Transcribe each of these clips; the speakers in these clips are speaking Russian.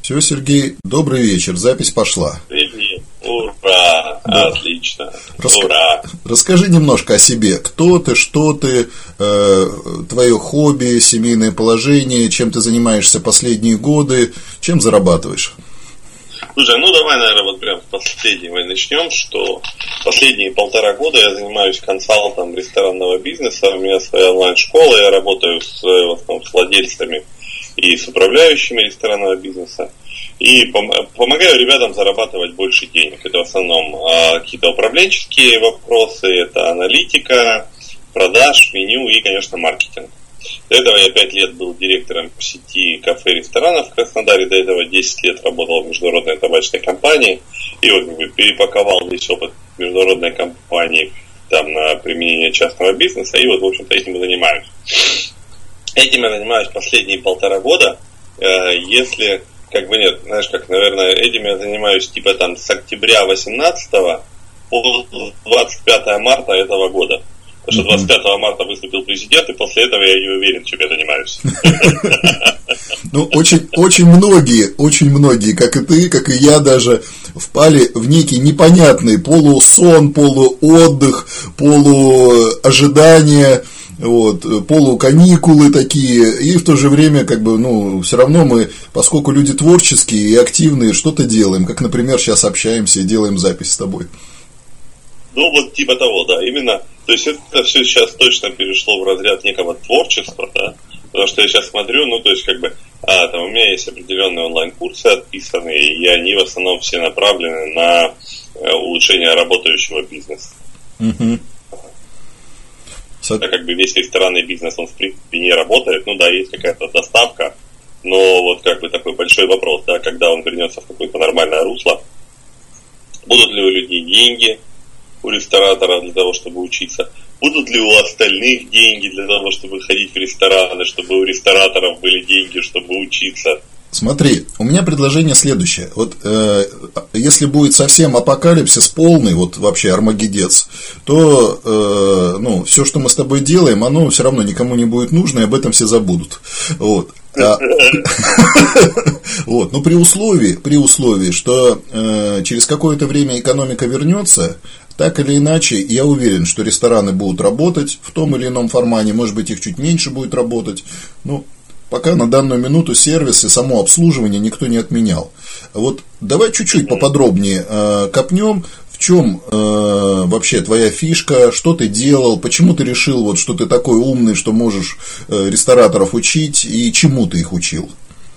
Все, Сергей, добрый вечер, запись пошла. Привет, ура, да. Отлично, ура. Расскажи немножко о себе, кто ты, что ты, твое хобби, семейное положение, чем ты занимаешься последние годы, чем зарабатываешь? Слушай, давай, наверное, вот прям с последнего начнем, что последние 1,5 года я занимаюсь консалтом ресторанного бизнеса, у меня своя онлайн-школа, я работаю в основном с владельцами и с управляющими ресторанного бизнеса, и помогаю ребятам зарабатывать больше денег. Это в основном какие-то управленческие вопросы, это аналитика, продаж, меню и, конечно, маркетинг. До этого я 5 лет был директором сети кафе и ресторанов в Краснодаре, до этого 10 лет работал в международной табачной компании, и вот перепаковал весь опыт международной компании там на применение частного бизнеса, и вот, в общем-то, этим и занимаюсь. Этим я занимаюсь последние 1,5 года, если, наверное, этим я занимаюсь с октября 2018 по 25 марта этого года. Потому что 25 марта выступил президент, и после этого я не уверен, чем я занимаюсь. Очень многие, как и ты, как и я даже, впали в некий непонятный полусон, полуотдых, полуожидание, полуканикулы такие, и в то же время, все равно мы, поскольку люди творческие и активные, что-то делаем, как, например, сейчас общаемся и делаем запись с тобой. Типа того, да, именно. То есть это все сейчас точно перешло в разряд некого творчества, да, потому что я сейчас смотрю, у меня есть определенные онлайн-курсы отписанные, и они в основном все направлены на улучшение работающего бизнеса. Угу. Весь ресторанный бизнес, он в принципе не работает, есть какая-то доставка, но такой большой вопрос, да, когда он вернется в какое-то нормальное русло, будут ли у людей деньги, у рестораторов для того, чтобы учиться, будут ли у остальных деньги для того, чтобы ходить в рестораны, чтобы у рестораторов были деньги, чтобы учиться. Смотри, у меня предложение следующее. Если будет совсем апокалипсис полный, вообще армагеддец, то все, что мы с тобой делаем, оно все равно никому не будет нужно, и об этом все забудут. Но при условии, что через какое-то время экономика вернется, так или иначе, я уверен, что рестораны будут работать в том или ином формате, может быть, их чуть меньше будет работать, пока на данную минуту сервис и само обслуживание никто не отменял. Давай чуть-чуть поподробнее копнем, в чем вообще твоя фишка, что ты делал, почему ты решил, что ты такой умный, что можешь рестораторов учить, и чему ты их учил?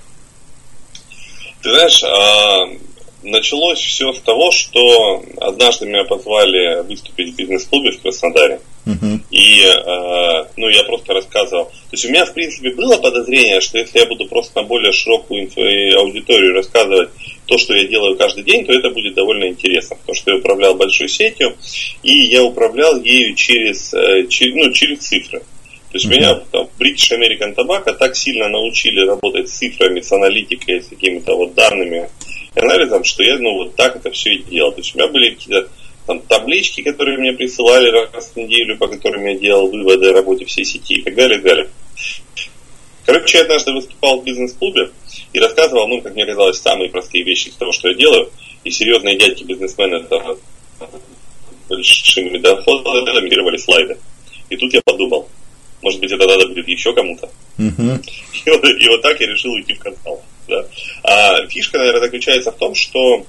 Ты знаешь, началось все с того, что однажды меня позвали выступить в бизнес-клубе в Краснодаре. И я просто рассказывал. То есть у меня, в принципе, было подозрение, что если я буду просто на более широкую аудиторию рассказывать то, что я делаю каждый день, то это будет довольно интересно. Потому что я управлял большой сетью, и я управлял ею через цифры. То есть меня British American Tobacco так сильно научили работать с цифрами, с аналитикой, с какими-то данными, анализом, что я так это все и делал. То есть у меня были какие-то таблички, которые мне присылали раз в неделю, по которым я делал выводы о работе всей сети и так далее, и далее. Я однажды выступал в бизнес-клубе и рассказывал, как мне казалось, самые простые вещи из того, что я делаю, и серьезные дядьки-бизнесмены с большими доходами монтировали слайды. И тут я подумал, может быть, это надо будет еще кому-то. И так я решил уйти в консалт. Да? А фишка, наверное, заключается в том, что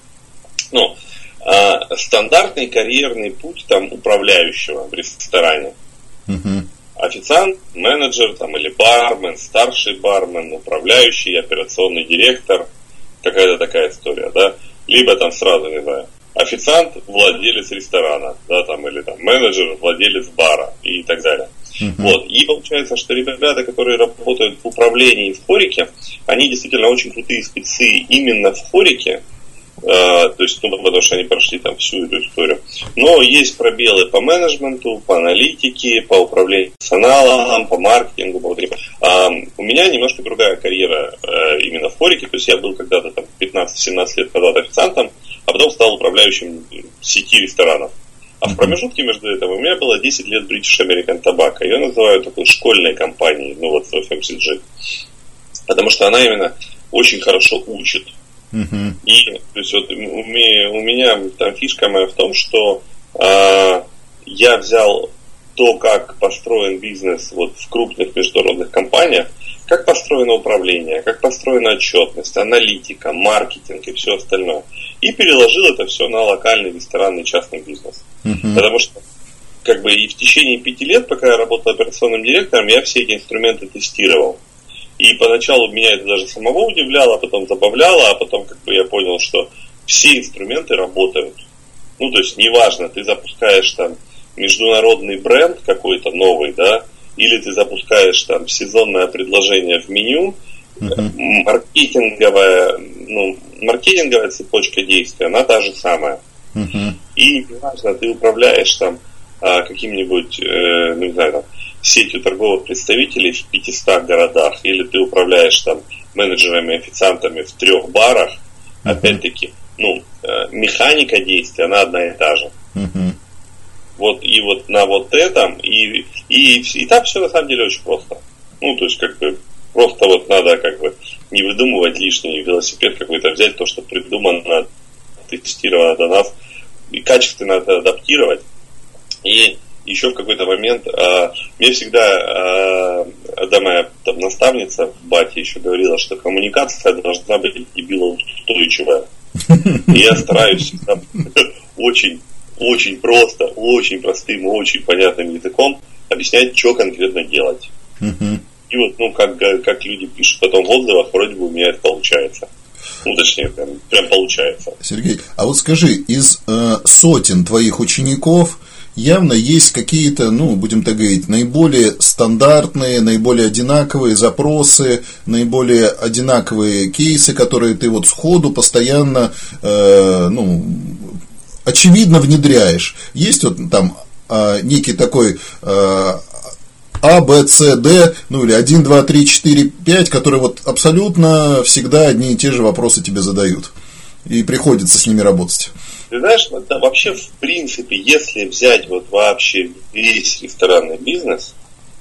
стандартный карьерный путь управляющего в ресторане. Официант, менеджер или бармен, старший бармен, управляющий, операционный директор, какая-то такая история, да? Либо сразу, не знаю, официант, владелец ресторана, да, или менеджер, владелец бара и так далее. И получается, что ребята, которые работают в управлении в хорике, они действительно очень крутые спецы именно в хорике, то есть, потому что они прошли всю эту историю. Но есть пробелы по менеджменту, по аналитике, по управлению персоналом, по маркетингу, по у меня немножко другая карьера именно в хорике, то есть я был когда-то 15-17 лет когда-то официантом, а потом стал управляющим сети ресторанов. А в промежутке между этим у меня было 10 лет British American Tobacco. Ее называют такой школьной компанией, в FMCG. Потому что она именно очень хорошо учит. И то есть вот у меня там фишка моя в том, что я взял то, как построен бизнес вот в крупных международных компаниях, как построено управление, как построена отчетность, аналитика, маркетинг и все остальное. И переложил это все на локальный ресторанный частный бизнес. Потому что как бы и в течение 5 лет, пока я работал операционным директором, я все эти инструменты тестировал. И поначалу меня это даже самого удивляло, а потом забавляло, а потом как бы я понял, что все инструменты работают. Ну, то есть, неважно, ты запускаешь там международный бренд какой-то новый, да, или ты запускаешь там сезонное предложение в меню, маркетинговая цепочка действия, она та же самая. И неважно, ты управляешь там каким-нибудь, ну, не знаю, там, сетью торговых представителей в 500 городах, или ты управляешь там менеджерами, официантами в 3 барах, опять-таки, ну, механика действия, она одна и та же. Вот, и вот на вот этом, и там все на самом деле очень просто. Ну, то есть, как бы, просто вот надо, как бы, не выдумывать лишний велосипед какой-то, взять то, что придумано, тестировано до нас, и качественно это адаптировать. И еще в какой-то момент мне всегда моя там наставница в БАТе еще говорила, что коммуникация должна быть дебилоустойчивая. И я стараюсь всегда очень просто, очень простым, очень понятным языком объяснять, что конкретно делать. И вот, ну, как люди пишут потом в отзывах, вроде бы у меня это получается. Ну, точнее, прям получается. Сергей, а вот скажи, из сотен твоих учеников явно есть какие-то, ну, будем так говорить, наиболее стандартные, наиболее одинаковые запросы, наиболее одинаковые кейсы, которые ты вот сходу постоянно, ну, очевидно внедряешь. Есть вот там некий такой А, Б, С, Д, ну или 1, 2, 3, 4, 5, которые вот абсолютно всегда одни и те же вопросы тебе задают. И приходится с ними работать. Ты знаешь, да, вообще, в принципе, если взять вот вообще весь ресторанный бизнес,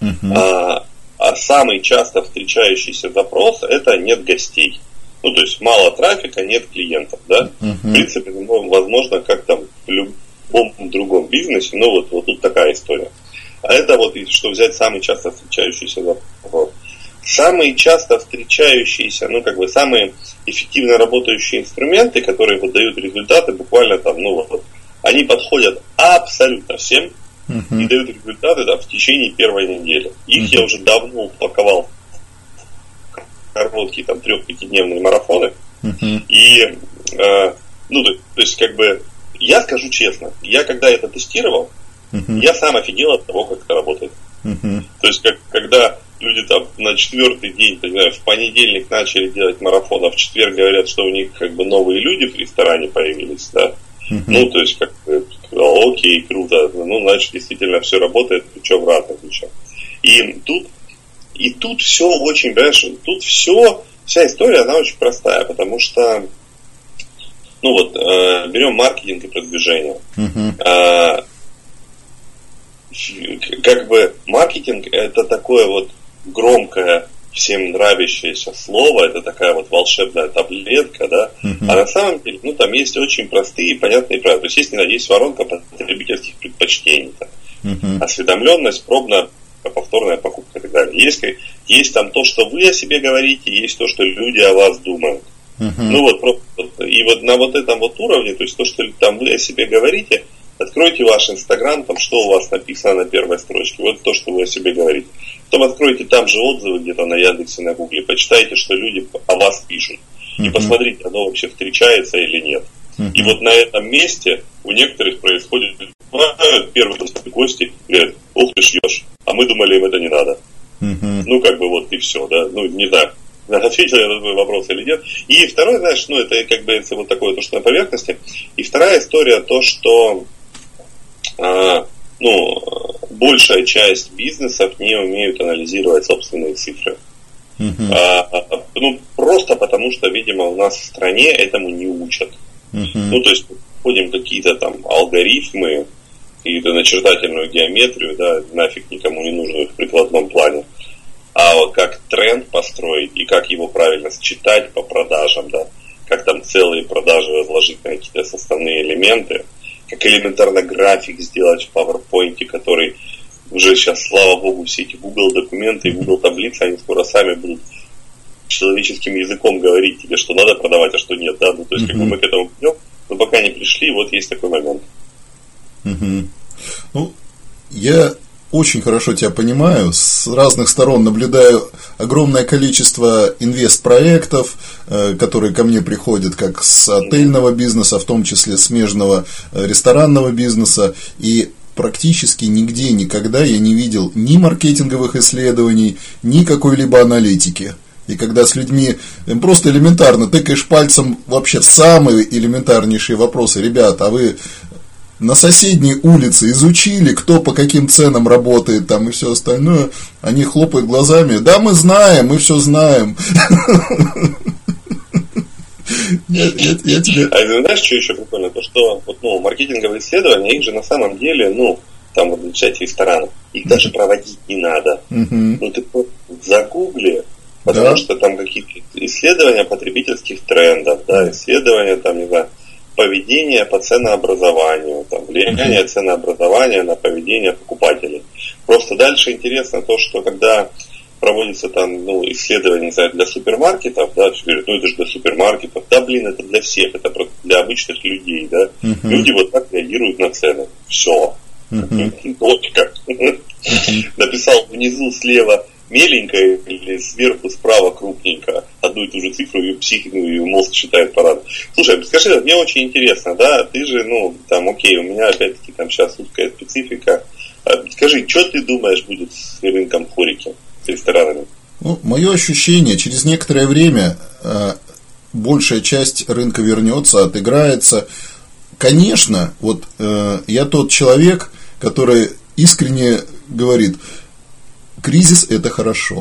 самый часто встречающийся запрос – это нет гостей. Ну, то есть, мало трафика, нет клиентов, да? В принципе, возможно, как там в любом другом бизнесе, но вот тут такая история. А это вот, что взять самый часто встречающийся запрос. Самые часто встречающиеся, ну, как бы, самые эффективно работающие инструменты, которые вот дают результаты, буквально там, ну, вот, они подходят абсолютно всем и дают результаты там, в течение первой недели. Их я уже давно упаковал в короткие там 3-5-дневные марафоны. И, ну, то есть, как бы, я скажу честно, я когда это тестировал, я сам офигел от того, как это работает. То есть, когда люди там на 4-й день, не знаю, в понедельник начали делать марафон, а в четверг говорят, что у них как бы новые люди в ресторане появились, да. Ну, то есть, как бы, окей, круто, ну, значит, действительно все работает, что в разных вещах. И тут все очень, понимаешь, тут вся история, она очень простая, потому что, ну вот, берем маркетинг и продвижение. Как бы маркетинг это такое вот громкое, всем нравящееся слово, это такая вот волшебная таблетка, да, а на самом деле, ну, там есть очень простые и понятные правила. То есть, есть воронка потребительских предпочтений, осведомленность, пробная, повторная покупка и так далее. Есть там то, что вы о себе говорите, есть то, что люди о вас думают. Ну вот, и вот на вот этом вот уровне, то есть то, что там вы о себе говорите, откройте ваш Инстаграм, там что у вас написано на первой строчке, вот то, что вы о себе говорите. Потом откройте там же отзывы где-то на Яндексе, на Гугле, почитайте, что люди о вас пишут. И посмотрите, оно вообще встречается или нет. И вот на этом месте у некоторых происходит первые гости говорят, ух ты шьешь, а мы думали, им это не надо. Ну, как бы вот и все, да, ну, не знаю, ответил я на твой вопрос или нет. И второй, знаешь, ну, это как бы это вот такое, то, что на поверхности. И вторая история, то, что большая часть бизнесов не умеют анализировать собственные цифры. Просто потому, что, видимо, у нас в стране этому не учат. Ну, то есть, входим какие-то там алгоритмы, какие-то начертательную геометрию, да, нафиг никому не нужную в прикладном плане. А вот как тренд построить и как его правильно считать по продажам, да, как там целые продажи разложить на какие-то составные элементы, как элементарно график сделать в PowerPoint, который уже сейчас, слава богу, все эти Google документы и Google таблицы, они скоро сами будут человеческим языком говорить тебе, что надо продавать, а что нет, да, ну, то есть, как бы мы к этому придем, но пока не пришли, вот есть такой момент. Ну, я очень хорошо тебя понимаю, с разных сторон наблюдаю огромное количество инвестпроектов, которые ко мне приходят как с отельного бизнеса, в том числе смежного ресторанного бизнеса, и практически нигде никогда я не видел ни маркетинговых исследований, ни какой-либо аналитики. И когда с людьми просто элементарно тыкаешь пальцем вообще в самые элементарнейшие вопросы: ребята, а вы на соседней улице изучили, кто по каким ценам работает там и все остальное, они хлопают глазами: да, мы знаем, мы все знаем. Я тебе... А знаешь, что еще прикольно? То, что вот, ну, маркетинговые исследования, их же на самом деле, ну, там вот часть ресторанов, их даже проводить не надо. Ну, ты загугли, потому что там какие-то исследования потребительских трендов, да, исследования там, не знаю, поведение по ценообразованию, там, влияние ценообразования на поведение покупателей. Просто дальше интересно то, что когда проводится там, ну, исследования, не знаю, для супермаркетов, да, все говорят, ну это же для супермаркетов, да, блин, это для всех, это просто для обычных людей, да. Люди вот так реагируют на цены. Все. Точка. Написал внизу слева меленько или сверху справа крупненько одну и ту же цифру, ее психику, ее мозг считает по-разному. Слушай, скажи, мне очень интересно, да, ты же, ну, там, окей, у меня опять-таки там сейчас узкая специфика. Скажи, что ты думаешь будет с рынком хорики, с ресторанами? Ну, мое ощущение, через некоторое время большая часть рынка вернется, отыграется. Конечно, вот я тот человек, который искренне говорит: кризис – это хорошо.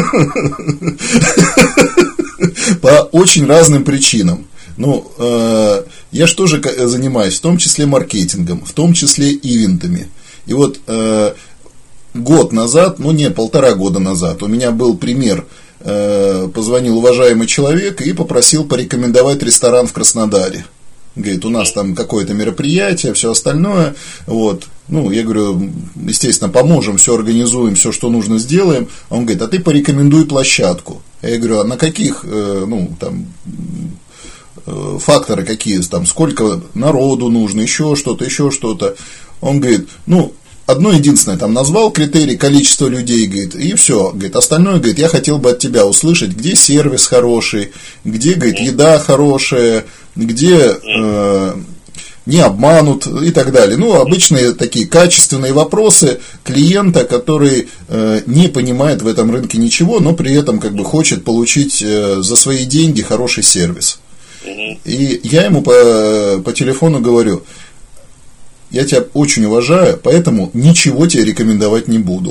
По очень разным причинам. Ну, я же тоже занимаюсь, в том числе маркетингом, в том числе ивентами. И вот год назад, ну нет, 1,5 года назад, у меня был пример. Позвонил уважаемый человек и попросил порекомендовать ресторан в Краснодаре. Говорит, у нас там какое-то мероприятие, все остальное. Вот. Ну, я говорю, естественно, поможем, все организуем, все, что нужно, сделаем. А он говорит, а ты порекомендуй площадку. Я говорю, а на каких, ну, там, факторы какие, там, сколько народу нужно, еще что-то. Он говорит, ну, одно единственное, там, назвал критерий количества людей, говорит, и все. Говорит, остальное, говорит, я хотел бы от тебя услышать, где сервис хороший, где, говорит, еда хорошая, где не обманут и так далее. Ну, обычные такие качественные вопросы клиента, который не понимает в этом рынке ничего, но при этом как бы хочет получить за свои деньги хороший сервис. И я ему по телефону говорю: я тебя очень уважаю, поэтому ничего тебе рекомендовать не буду.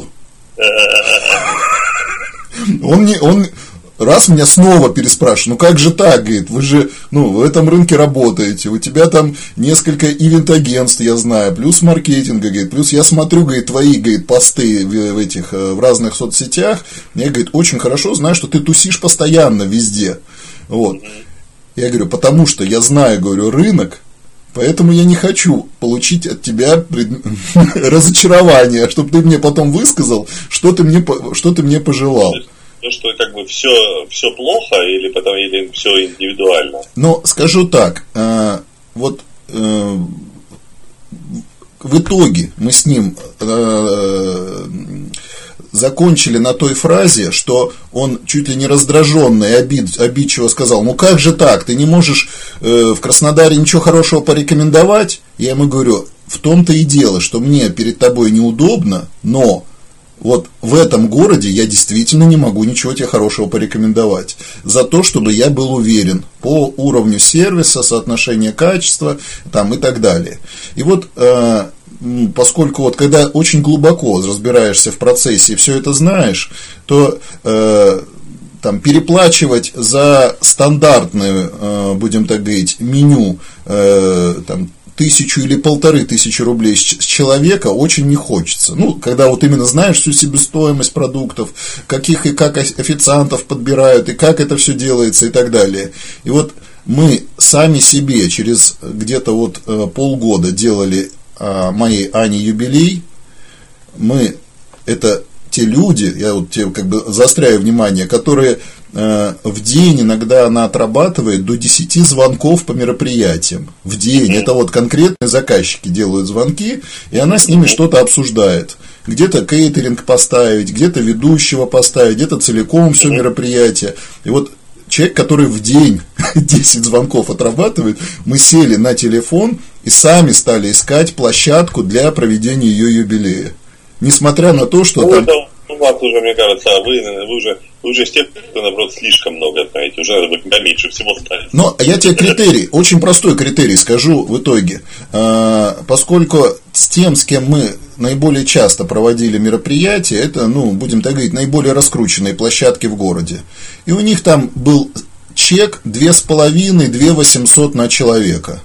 Он раз меня снова переспрашивает: ну как же так, говорит, вы же, ну, в этом рынке работаете, у тебя там несколько ивент-агентств, я знаю, плюс маркетинга, говорит, плюс я смотрю, говорит, твои, говорит, посты в разных соцсетях, я, говорит, очень хорошо знаю, что ты тусишь постоянно везде. Вот. Я говорю, потому что я знаю, говорю, рынок, поэтому я не хочу получить от тебя разочарование, чтобы ты мне потом высказал, что ты мне пожелал. То, что как бы все плохо, или все индивидуально? Но скажу так, вот в итоге мы с ним закончили на той фразе, что он чуть ли не раздраженный и обидчиво сказал: ну как же так, ты не можешь в Краснодаре ничего хорошего порекомендовать? Я ему говорю, в том-то и дело, что мне перед тобой неудобно, но вот в этом городе я действительно не могу ничего тебе хорошего порекомендовать. За то, чтобы я был уверен по уровню сервиса, соотношения качества там, и так далее. И вот поскольку вот когда очень глубоко разбираешься в процессе и все это знаешь, то там, переплачивать за стандартное, будем так говорить, меню там, 1000 или 1500 рублей с человека очень не хочется. Ну, когда вот именно знаешь всю себестоимость продуктов, каких и как официантов подбирают, и как это все делается, и так далее. И вот мы сами себе через где-то вот полгода делали моей Ане юбилей. Это те люди, я вот тебе как бы заостряю внимание, которые в день иногда она отрабатывает до 10 звонков по мероприятиям. В день. Это вот конкретные заказчики делают звонки, и она с ними что-то обсуждает. Где-то кейтеринг поставить, где-то ведущего поставить, где-то целиком все мероприятие. И вот человек, который в день 10 звонков отрабатывает, мы сели на телефон и сами стали искать площадку для проведения ее юбилея. Несмотря на то, что там... У вас уже, мне кажется, вы уже из тех, кто, наоборот, слишком много знаете, уже надо быть меньше всего ставить. Но я тебе критерий, очень простой критерий скажу в итоге. Поскольку с тем, с кем мы наиболее часто проводили мероприятия, это, будем так говорить, наиболее раскрученные площадки в городе. И у них там был чек 2,5-2,800 на человека.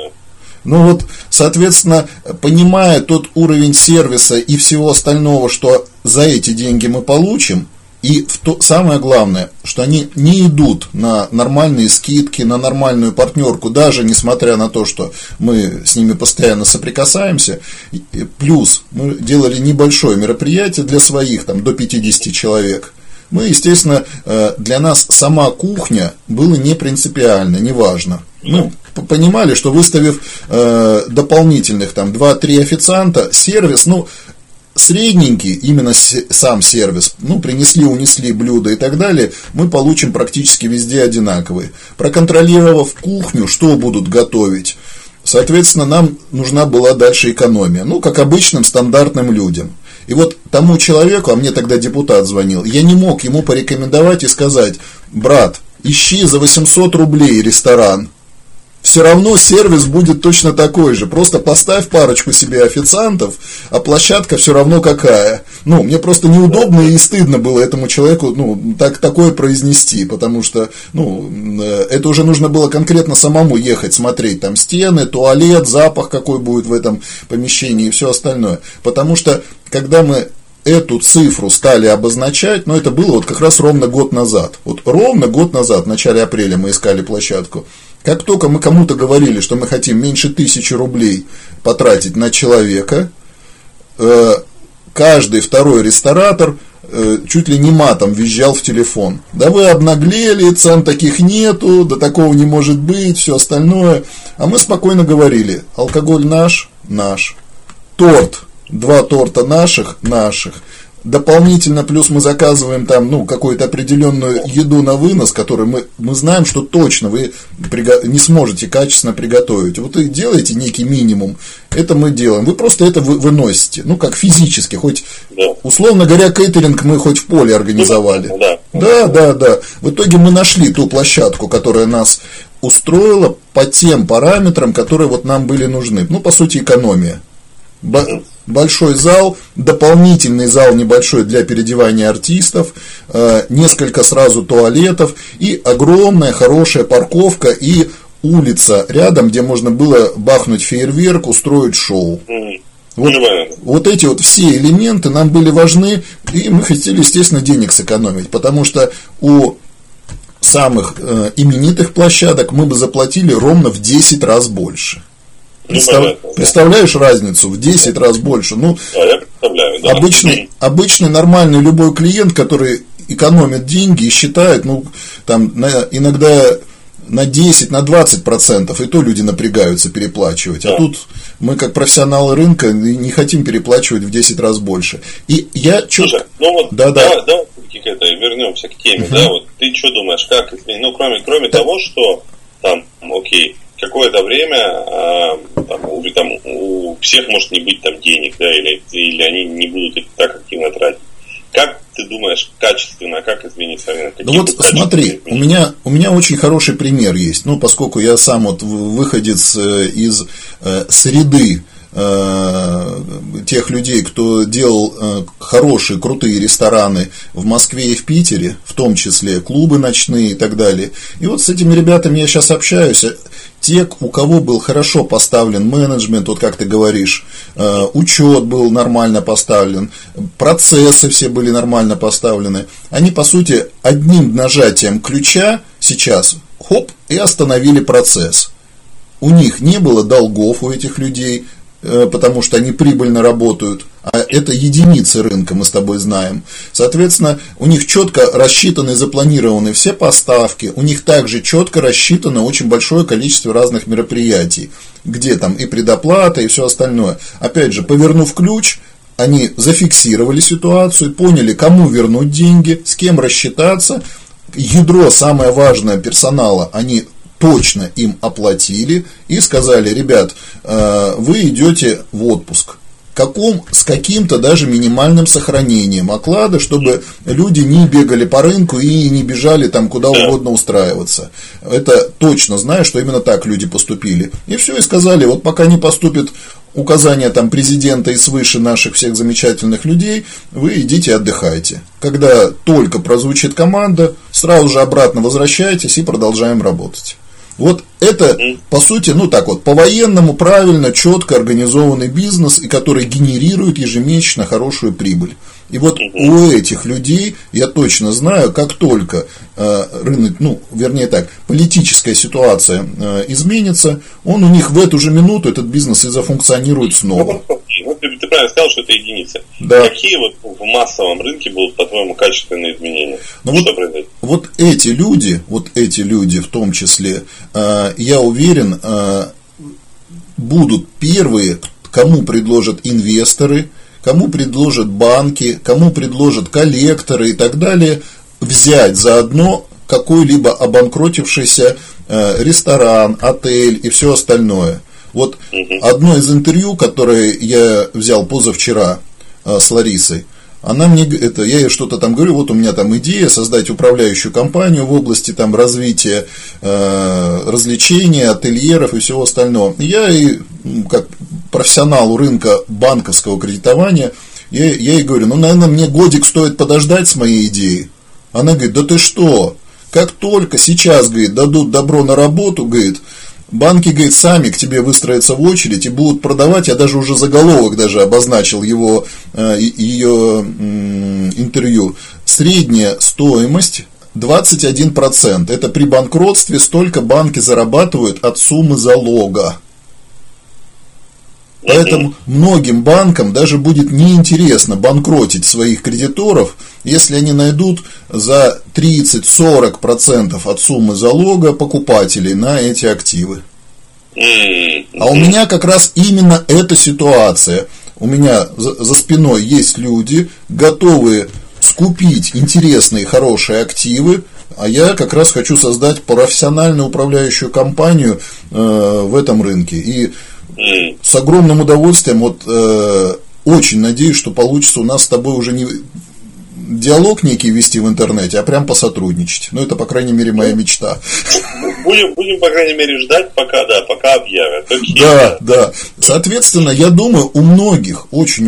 Соответственно, понимая тот уровень сервиса и всего остального, что за эти деньги мы получим, и самое главное, что они не идут на нормальные скидки, на нормальную партнерку, даже несмотря на то, что мы с ними постоянно соприкасаемся. Плюс мы делали небольшое мероприятие для своих, там, до 50 человек. Мы, естественно, для нас сама кухня была не принципиальна, не важно. Мы понимали, что выставив дополнительных там 2-3 официанта, сервис, средненький, именно сам сервис, принесли, унесли блюда и так далее, мы получим практически везде одинаковые. Проконтролировав кухню, что будут готовить, соответственно, нам нужна была дальше экономия, как обычным стандартным людям. И вот тому человеку, а мне тогда депутат звонил, я не мог ему порекомендовать и сказать: брат, ищи за 800 рублей ресторан. Все равно сервис будет точно такой же. Просто поставь парочку себе официантов, а площадка все равно какая. Мне просто неудобно и стыдно было этому человеку такое произнести, потому что это уже нужно было конкретно самому ехать, смотреть там стены, туалет, запах какой будет в этом помещении и все остальное. Потому что когда мы эту цифру стали обозначать, это было вот как раз ровно год назад. Вот ровно год назад, в начале апреля мы искали площадку. Как только мы кому-то говорили, что мы хотим меньше 1000 рублей потратить на человека, каждый второй ресторатор чуть ли не матом визжал в телефон. Да вы обнаглели, цен таких нету, да такого не может быть, все остальное. А мы спокойно говорили: алкоголь наш, торт, 2 торта наших. Дополнительно плюс мы заказываем там, какую-то определенную еду на вынос, которую мы знаем, что точно вы не сможете качественно приготовить. Вот и делаете некий минимум, это мы делаем. Вы просто это выносите, как физически, хоть, условно говоря, кейтеринг мы хоть в поле организовали. Да. В итоге мы нашли ту площадку, которая нас устроила по тем параметрам, которые вот нам были нужны. По сути, экономия. Большой зал, дополнительный зал небольшой для переодевания артистов, несколько сразу туалетов и огромная хорошая парковка и улица рядом, где можно было бахнуть фейерверк, устроить шоу. Вот эти вот все элементы нам были важны, и мы хотели, естественно, денег сэкономить, потому что у самых именитых площадок мы бы заплатили ровно в 10 раз больше. Представляешь разницу? В 10 раз больше. Я представляю, да. Обычный нормальный любой клиент, который экономит деньги и считает, иногда на 10, на 20%, и то люди напрягаются переплачивать. А тут мы, как профессионалы рынка, не хотим переплачивать в 10 раз больше. И я Слушай, вернемся к теме. Ты что думаешь, как изменить? Кроме того, что там, какое-то время у всех может не быть там денег, или они не будут их так активно тратить. Как ты думаешь, качественно, как изменится рынок? Смотри, у меня очень хороший пример есть. Поскольку я сам выходец из среды тех людей, кто делал хорошие, крутые рестораны в Москве и в Питере, в том числе клубы ночные и так далее. И вот с этими ребятами я сейчас общаюсь. Те, у кого был хорошо поставлен менеджмент, вот как ты говоришь, учет был нормально поставлен, процессы все были нормально поставлены, они, по сути, одним нажатием ключа сейчас хоп, и остановили процесс. У них не было долгов, у этих людей, потому что они прибыльно работают, а это единицы рынка, мы с тобой знаем. Соответственно, у них четко рассчитаны и запланированы все поставки, у них также четко рассчитано очень большое количество разных мероприятий, где там и предоплата, и все остальное. Опять же, повернув ключ, они зафиксировали ситуацию, поняли, кому вернуть деньги, с кем рассчитаться. Ядро, самое важное, персонала, они точно им оплатили и сказали: ребят, вы идете в отпуск. С каким-то даже минимальным сохранением оклада, чтобы люди не бегали по рынку и не бежали там куда угодно устраиваться. Это точно знаю, что именно так люди поступили. И все, и сказали: вот пока не поступит указание там президента и свыше наших всех замечательных людей, вы идите отдыхайте. Когда только прозвучит команда, сразу же обратно возвращайтесь и продолжаем работать. Вот это, по сути, по-военному правильно, четко организованный бизнес, и который генерирует ежемесячно хорошую прибыль. И вот у этих людей, я точно знаю, как только политическая ситуация изменится, он у них в эту же минуту, этот бизнес, и зафункционирует снова. Ты правильно сказал, что это единица. Да. Какие в массовом рынке будут, по-твоему, качественные изменения? Что произойдет? Вот эти люди в том числе, я уверен, будут первые, кому предложат инвесторы, кому предложат банки, кому предложат коллекторы и так далее, взять заодно какой-либо обанкротившийся ресторан, отель и все остальное. Вот одно из интервью, которое я взял позавчера с Ларисой, она мне, я ей что-то там говорю, вот у меня там идея создать управляющую компанию в области там развития развлечений, ательеров и всего остального. Я ей, как профессионалу рынка банковского кредитования, я ей говорю: наверное, мне годик стоит подождать с моей идеей. Она говорит: да ты что, как только сейчас, говорит, дадут добро на работу, говорит, банки, говорит, сами к тебе выстроятся в очередь и будут продавать. Я даже уже заголовок даже обозначил ее интервью. Средняя стоимость 21%. Это при банкротстве столько банки зарабатывают от суммы залога. Поэтому многим банкам даже будет неинтересно банкротить своих кредиторов, если они найдут за 30-40% от суммы залога покупателей на эти активы. А у меня как раз именно эта ситуация. У меня за спиной есть люди, готовые скупить интересные, хорошие активы, а я как раз хочу создать профессиональную управляющую компанию в этом рынке. И с огромным удовольствием, очень надеюсь, что получится у нас с тобой уже не диалог некий вести в интернете, а прям посотрудничать. Это, по крайней мере, моя мечта. Будем, по крайней мере, ждать, пока объявят. Да. Соответственно, я думаю, у многих,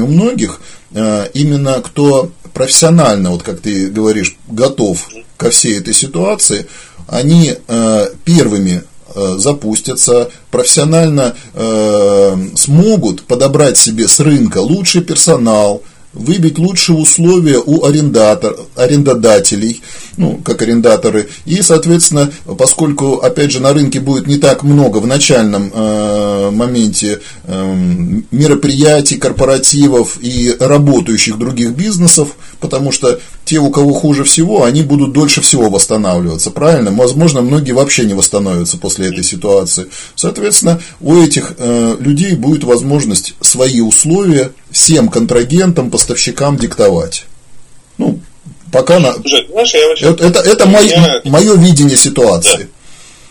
именно кто профессионально, вот как ты говоришь, готов ко всей этой ситуации, они первыми запустятся, профессионально смогут подобрать себе с рынка лучший персонал, выбить лучшие условия у арендодателей, как арендаторы. И, соответственно, поскольку, опять же, на рынке будет не так много в начальном моменте мероприятий, корпоративов и работающих других бизнесов, потому что те, у кого хуже всего, они будут дольше всего восстанавливаться, правильно? Возможно, многие вообще не восстановятся после этой ситуации. Соответственно, у этих людей будет возможность свои условия всем контрагентам, поставщикам диктовать. Пока это мое видение ситуации. Да.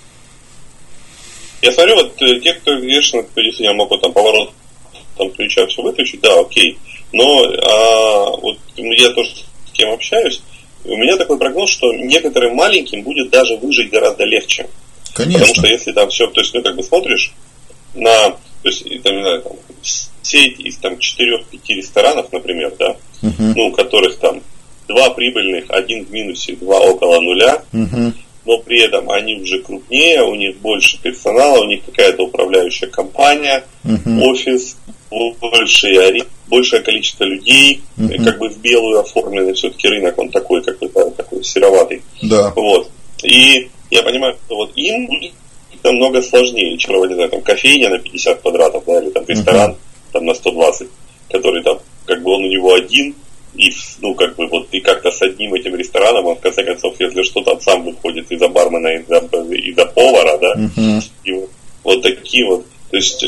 Я смотрю, те, кто, конечно, действительно могут поворот ключа все вытащить, да, окей. Но я тоже с кем общаюсь, у меня такой прогноз, что некоторым маленьким будет даже выжить гораздо легче. Конечно. Потому что если там все, то есть, смотришь на, сеть из 4-5 ресторанов, например, да, у которых 2 прибыльных, 1 в минусе, 2 около нуля, но при этом они уже крупнее, у них больше персонала, у них какая-то управляющая компания, офис, большее количество людей, как бы в белую оформленный, все-таки рынок, он такой какой-то такой сероватый. Да. И Я понимаю, что вот им будет намного сложнее, чем, не знаю, там, кофейня на 50 квадратов, да, или там ресторан там, на 120, который там, как бы он у него один, и, ну, как бы, вот, и как-то с одним этим рестораном, он, в конце концов, если что-то, он сам выходит из-за бармена, из-за повара, да, и вот такие вот, то есть,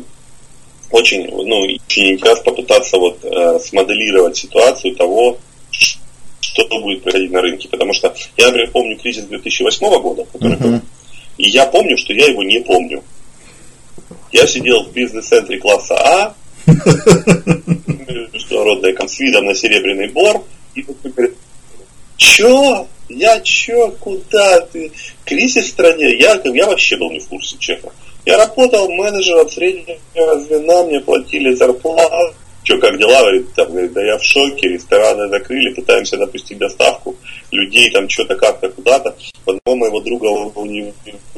очень, ну, очень раз попытаться вот смоделировать ситуацию того, что будет происходить на рынке, потому что я, например, помню кризис 2008 года, который был, и я помню, что я его не помню. Я сидел в бизнес-центре класса А, международная, с видом на Серебряный Бор, и говорит: чё? Я чё? Куда ты? Кризис в стране? Я вообще был не в курсе, честно. Я работал менеджером среднего звена, мне платили зарплату. Чё, как дела? Говорит, да я в шоке, рестораны закрыли, пытаемся допустить доставку людей, там что-то как-то куда-то. Одного моего друга, у него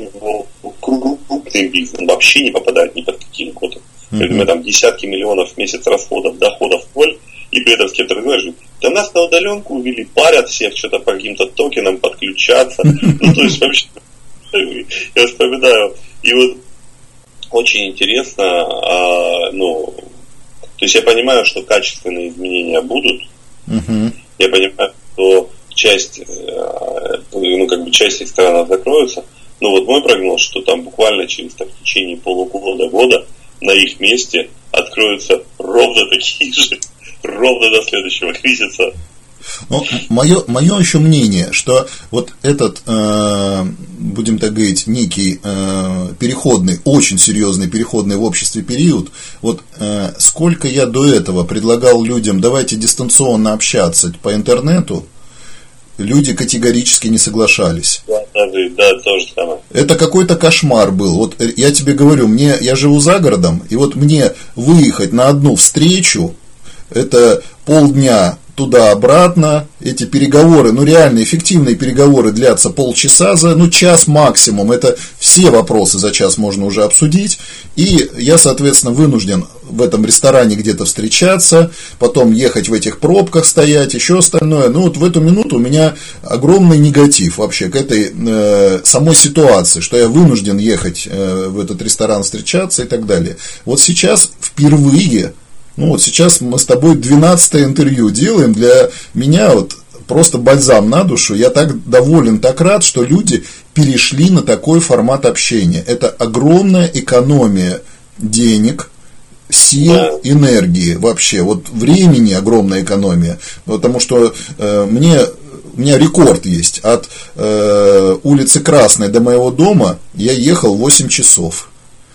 крупный бизнес, он вообще не попадает ни под какие льготы. Я думаю, там десятки миллионов в месяц расходов, доходов в ноль, и при этом с кем-то разговариваешь, да нас на удаленку увели, парят всех, что-то по каким-то токенам подключаться. Ну, то есть вообще, я вспоминаю, и вот очень интересно, ну, то есть я понимаю, что качественные изменения будут. Я понимаю, что часть, ну, как бы часть ресторанов закроется. Но вот мой прогноз, что там буквально через в течение полугода-года на их месте откроются ровно такие же, ровно до следующего кризиса. Ну, мое еще мнение, что вот этот, будем так говорить, некий переходный, очень серьезный переходный в обществе период, вот сколько я до этого предлагал людям, давайте дистанционно общаться по интернету, люди категорически не соглашались. Да, то же самое. Это какой-то кошмар был. Вот я тебе говорю, я живу за городом, и вот мне выехать на одну встречу, это полдня туда-обратно, эти переговоры, ну реально эффективные переговоры длятся полчаса, час максимум, это все вопросы за час можно уже обсудить, и я, соответственно, вынужден в этом ресторане где-то встречаться, потом ехать в этих пробках стоять, еще остальное, ну вот в эту минуту у меня огромный негатив вообще к этой самой ситуации, что я вынужден ехать в этот ресторан встречаться и так далее. Вот сейчас впервые, ну вот сейчас мы с тобой 12-е интервью делаем, для меня вот просто бальзам на душу, я так доволен, так рад, что люди перешли на такой формат общения. Это огромная экономия денег, сил, энергии вообще, вот времени огромная экономия, потому что у меня рекорд есть, от улицы Красной до моего дома я ехал 8 часов.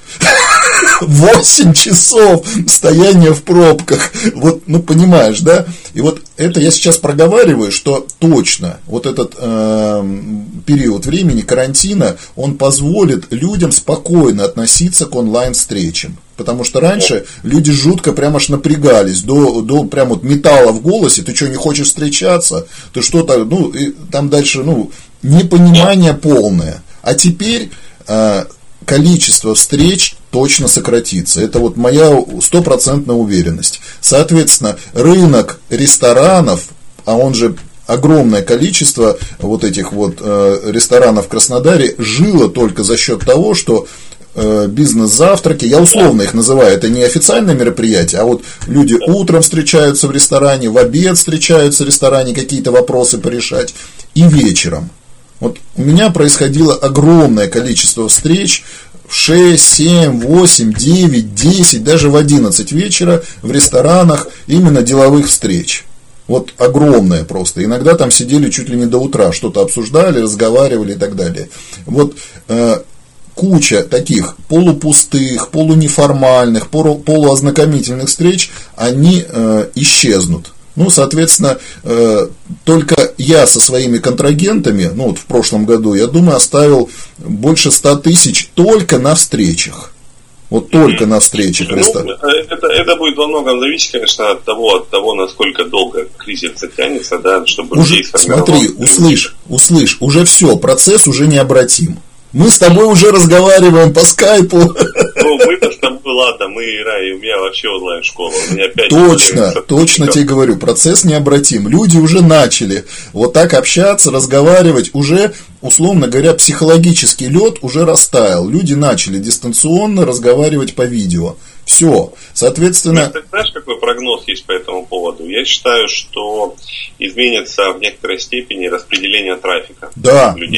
8 часов стояния в пробках. Вот, ну понимаешь, да? И вот это я сейчас проговариваю, что точно вот этот период времени карантина, он позволит людям спокойно относиться к онлайн-встречам. Потому что раньше люди жутко прям аж напрягались, до прям вот металла в голосе. Ты что, не хочешь встречаться? Ты что-то, ну, и там дальше, ну, непонимание полное. А теперь количество встреч точно сократится. Это вот моя стопроцентная уверенность. Соответственно, рынок ресторанов, а он же огромное количество вот этих вот ресторанов в Краснодаре жило только за счет того, что бизнес-завтраки, я условно их называю, это не официальное мероприятие, а вот люди утром встречаются в ресторане, в обед встречаются в ресторане, какие-то вопросы порешать, и вечером. Вот у меня происходило огромное количество встреч в 6, 7, 8, 9, 10, даже в 11 вечера в ресторанах именно деловых встреч. Вот огромное просто. Иногда там сидели чуть ли не до утра, что-то обсуждали, разговаривали и так далее. Вот куча таких полупустых, полунеформальных, полуознакомительных встреч, они исчезнут. Ну, соответственно, только я со своими контрагентами, ну, вот в прошлом году, я думаю, оставил больше 100 тысяч только на встречах. Вот только на встречах. Ну, это будет во многом зависеть, конечно, от того, насколько долго кризис затянется, да, чтобы уже, смотри, услышь, уже все, процесс уже необратим. Мы с тобой уже разговариваем по скайпу. Ну, мы-то с тобой, ладно, мы, Ира, и у меня вообще онлайн-школа. У меня 5 Точно тебе говорю, процесс необратим. Люди уже начали вот так общаться, разговаривать. Уже, условно говоря, психологический лед уже растаял. Люди начали дистанционно разговаривать по видео. Все. Соответственно... Ты знаешь, какой прогноз есть по этому поводу? Я считаю, что изменится в некоторой степени распределение трафика. Да. Не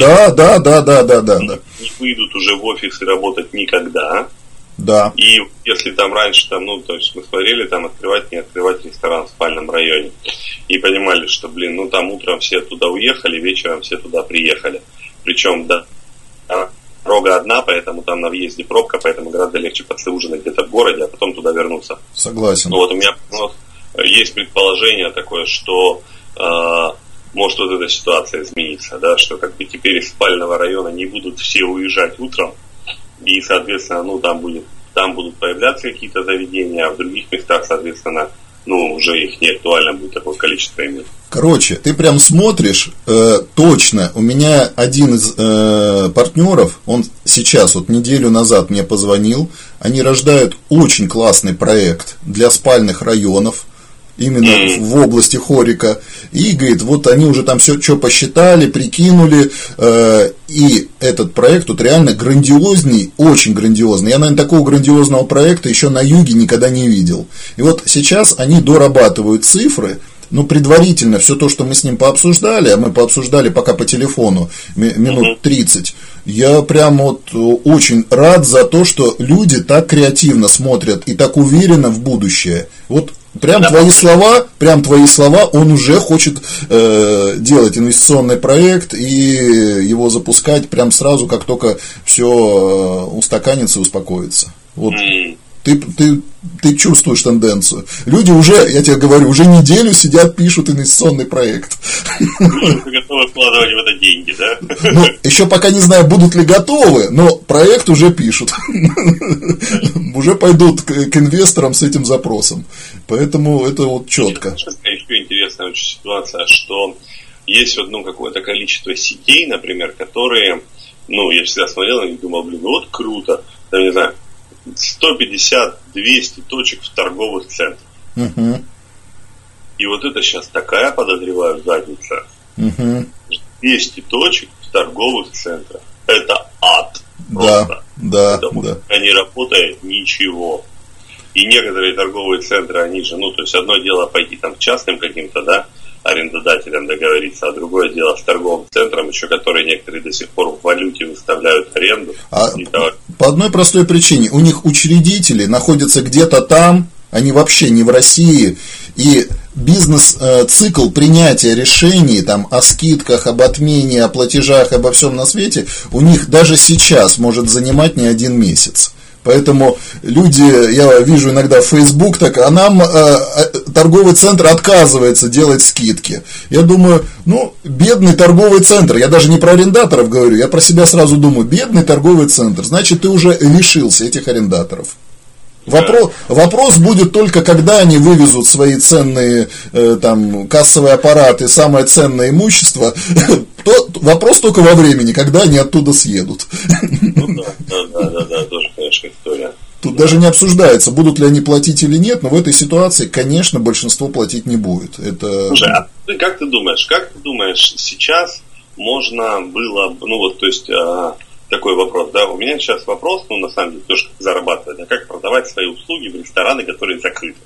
выйдут уже в офисы работать никогда. Да. И если там раньше, то есть мы смотрели, открывать, не открывать ресторан в спальном районе. И понимали, что, там утром все туда уехали, вечером все туда приехали. Причем, дорога одна, поэтому там на въезде пробка, поэтому гораздо легче подсыужинать где-то в городе, а потом туда вернуться. Согласен. Вот у меня есть предположение такое, что может вот эта ситуация измениться, да, что теперь из спального района не будут все уезжать утром, и, соответственно, там будут появляться какие-то заведения, а в других местах, соответственно, уже их не актуально будет такое количество имен. Короче, ты прям смотришь, точно, у меня один из партнеров, он сейчас, неделю назад мне позвонил, они рождают очень классный проект для спальных районов, именно в области Хорика, и говорит, они уже там все что посчитали, прикинули, и этот проект реально грандиозный, очень грандиозный. Я, наверное, такого грандиозного проекта еще на юге никогда не видел. И сейчас они дорабатывают цифры. Предварительно все то, что мы с ним пообсуждали, а мы пообсуждали пока по телефону минут 30, я прям очень рад за то, что люди так креативно смотрят и так уверенно в будущее. Прям твои слова, он уже хочет делать инвестиционный проект и его запускать прям сразу, как только все устаканится и успокоится. Ты чувствуешь тенденцию. Люди уже, я тебе говорю, уже неделю сидят, пишут инвестиционный проект. Люди готовы вкладывать в это деньги, да? Еще пока не знаю, будут ли готовы, но проект уже пишут. Уже пойдут к инвесторам с этим запросом. Поэтому это четко. Еще интересная очень ситуация, что есть какое-то количество сетей, например, которые, я всегда смотрел и думал, круто, не знаю, 150-200 точек в торговых центрах. И это сейчас такая, подозреваю, задница. 200 точек в торговых центрах. Это ад. Просто. Да. Не работает ничего. И некоторые торговые центры, они же, то есть одно дело пойти к частным каким-то, арендодателям договориться, а другое дело с торговым центром, еще которые некоторые до сих пор в валюте выставляют аренду. По одной простой причине. У них учредители находятся где-то там, они вообще не в России, и бизнес-цикл принятия решений о скидках, об отмене, о платежах, обо всем на свете у них даже сейчас может занимать не один месяц. Поэтому люди, я вижу иногда в Facebook, а нам торговый центр отказывается делать скидки. Я думаю, бедный торговый центр, я даже не про арендаторов говорю, я про себя сразу думаю, бедный торговый центр, значит, ты уже лишился этих арендаторов. Вопрос будет только, когда они вывезут свои ценные кассовые аппараты, самое ценное имущество. Вопрос только во времени, когда они оттуда съедут. Да, тоже, конечно, история. Тут даже не обсуждается, будут ли они платить или нет, но в этой ситуации, конечно, большинство платить не будет. Слушай, а как ты думаешь, сейчас можно было, такой вопрос, да, у меня сейчас вопрос, на самом деле, тоже как зарабатывать, а как продавать свои услуги в рестораны, которые закрыты.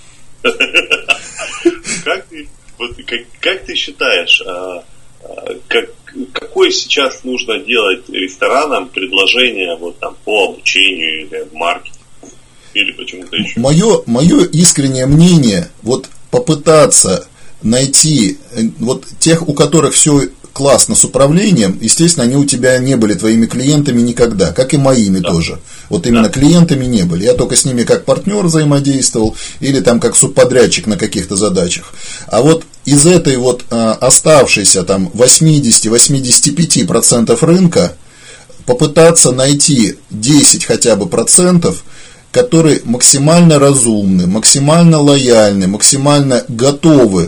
Как ты считаешь, какое сейчас нужно делать ресторанам предложение по обучению или маркетингу или почему-то еще? Мое искреннее мнение, попытаться найти тех, у которых все классно с управлением, естественно, они у тебя не были твоими клиентами никогда, как и моими тоже. Именно клиентами не были. Я только с ними как партнер взаимодействовал или как субподрядчик на каких-то задачах. А из этой оставшейся 80-85% рынка попытаться найти 10 хотя бы процентов, которые максимально разумны, максимально лояльны, максимально готовы,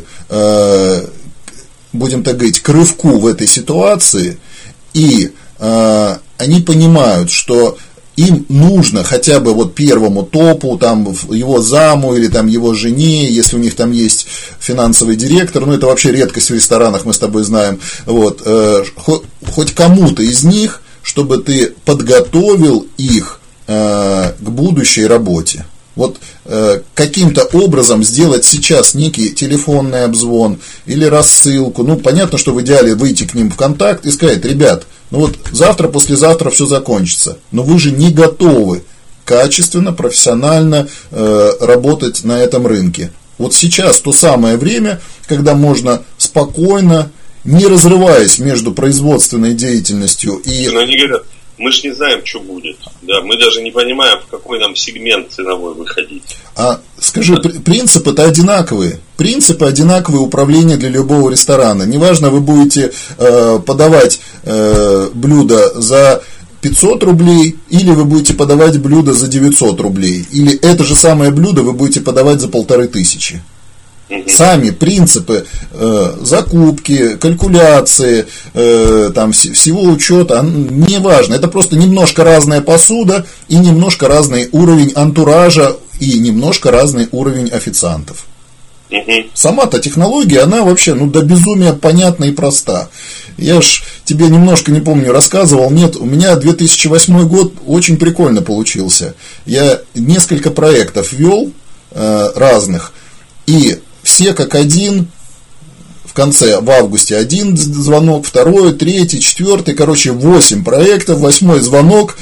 будем так говорить, к рывку в этой ситуации, и они понимают, что им нужно хотя бы вот первому топу, там, его заму или там его жене, если у них там есть финансовый директор, ну, это вообще редкость в ресторанах, мы с тобой знаем, вот, хоть кому-то из них, чтобы ты подготовил их к будущей работе. Вот каким-то образом сделать сейчас некий телефонный обзвон или рассылку. Ну, понятно, что в идеале выйти к ним в контакт и сказать: ребят, ну вот завтра, послезавтра все закончится, но вы же не готовы качественно, профессионально работать на этом рынке. Вот сейчас то самое время, когда можно спокойно, не разрываясь между производственной деятельностью и... Но они говорят: мы же не знаем, что будет. Да, мы даже не понимаем, в какой нам сегмент ценовой выходить. А скажи, принципы-то одинаковые. Принципы одинаковые управления для любого ресторана. Неважно, вы будете подавать блюдо за 500 рублей, или вы будете подавать блюдо за 900 рублей. Или это же самое блюдо вы будете подавать за 1500. Сами принципы закупки, калькуляции, там, всего учета, не важно. Это просто немножко разная посуда и немножко разный уровень антуража и немножко разный уровень официантов. Сама-то технология, она вообще до безумия понятна и проста. Я ж тебе немножко, не помню, рассказывал. Нет, у меня 2008 год очень прикольно получился. Я несколько проектов вел разных, и все как один, в конце, в августе один звонок, второй, третий, четвертый, короче, 8 проектов, 8-й звонок.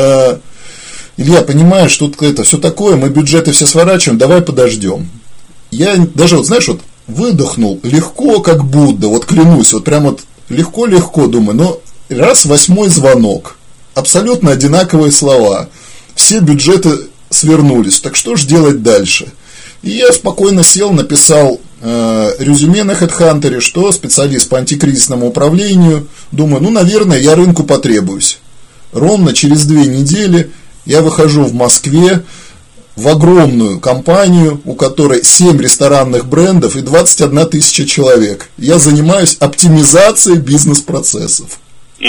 Илья, понимаешь, тут это все такое, мы бюджеты все сворачиваем, давай подождем. Я даже, вот знаешь, вот выдохнул легко, как Будда, вот клянусь, вот прям вот легко-легко думаю, но раз 8-й звонок, абсолютно одинаковые слова, все бюджеты свернулись, так что же делать дальше? И я спокойно сел, написал резюме на HeadHunter, что специалист по антикризисному управлению. Думаю, наверное, я рынку потребуюсь. Ровно через 2 недели я выхожу в Москве в огромную компанию, у которой 7 ресторанных брендов и 21 тысяча человек. Я занимаюсь оптимизацией бизнес-процессов.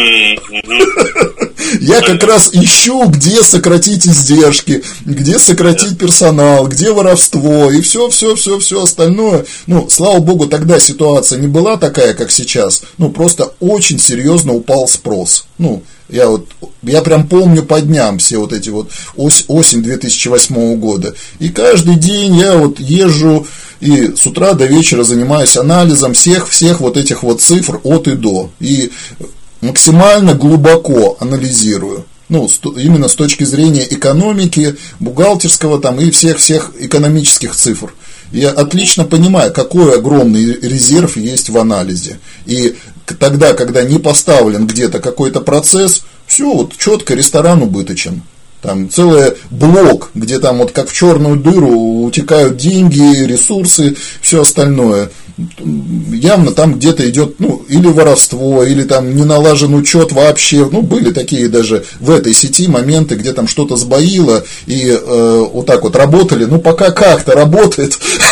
Я как раз ищу, где сократить издержки, где сократить персонал, где воровство и все остальное. Слава богу, тогда ситуация не была такая, как сейчас. Просто очень серьезно упал спрос. Я прям помню по дням все вот эти вот осень 2008 года. И каждый день я вот езжу и с утра до вечера занимаюсь анализом всех вот этих вот цифр от и до. И максимально глубоко анализирую. Именно с точки зрения экономики, бухгалтерского там и всех экономических цифр. Я отлично понимаю, какой огромный резерв есть в анализе. И тогда, когда не поставлен где-то какой-то процесс, все вот четко, ресторан убыточен. Там целый блок, где там вот как в черную дыру утекают деньги, ресурсы, все остальное. Явно там где-то идет, или воровство, или там не налажен учет вообще. Были такие даже в этой сети моменты, где там что-то сбоило, и вот так вот работали. Пока как-то работает.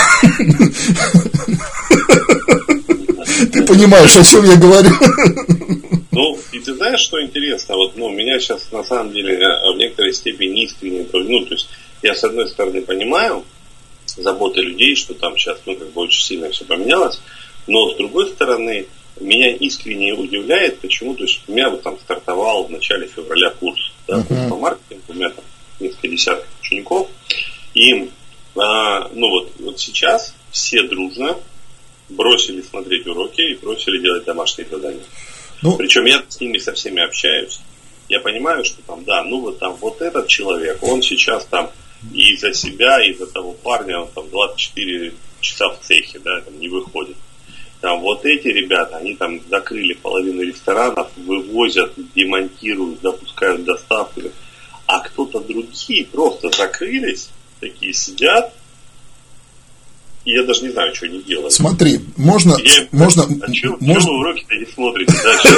Ты понимаешь, о чем я говорю? И ты знаешь, что интересно? Меня сейчас на самом деле в некоторой степени искренне, то есть я с одной стороны понимаю заботы людей, что там сейчас, очень сильно все поменялось, но с другой стороны меня искренне удивляет, почему, то есть у меня там стартовал в начале февраля курс, курс по маркетингу, у меня там несколько десятков учеников, и вот сейчас все дружно бросили смотреть уроки и бросили делать домашние задания. Причем я с ними со всеми общаюсь. Я понимаю, что вот этот человек, он сейчас там и за себя, и за того парня, он там 24 часа в цехе, там не выходит. Там вот эти ребята, они там закрыли половину ресторанов, вывозят, демонтируют, запускают доставку. А кто-то другие просто закрылись, такие сидят. И я даже не знаю, что они делают. Смотри, можно... Чего вы уроки-то не смотрите?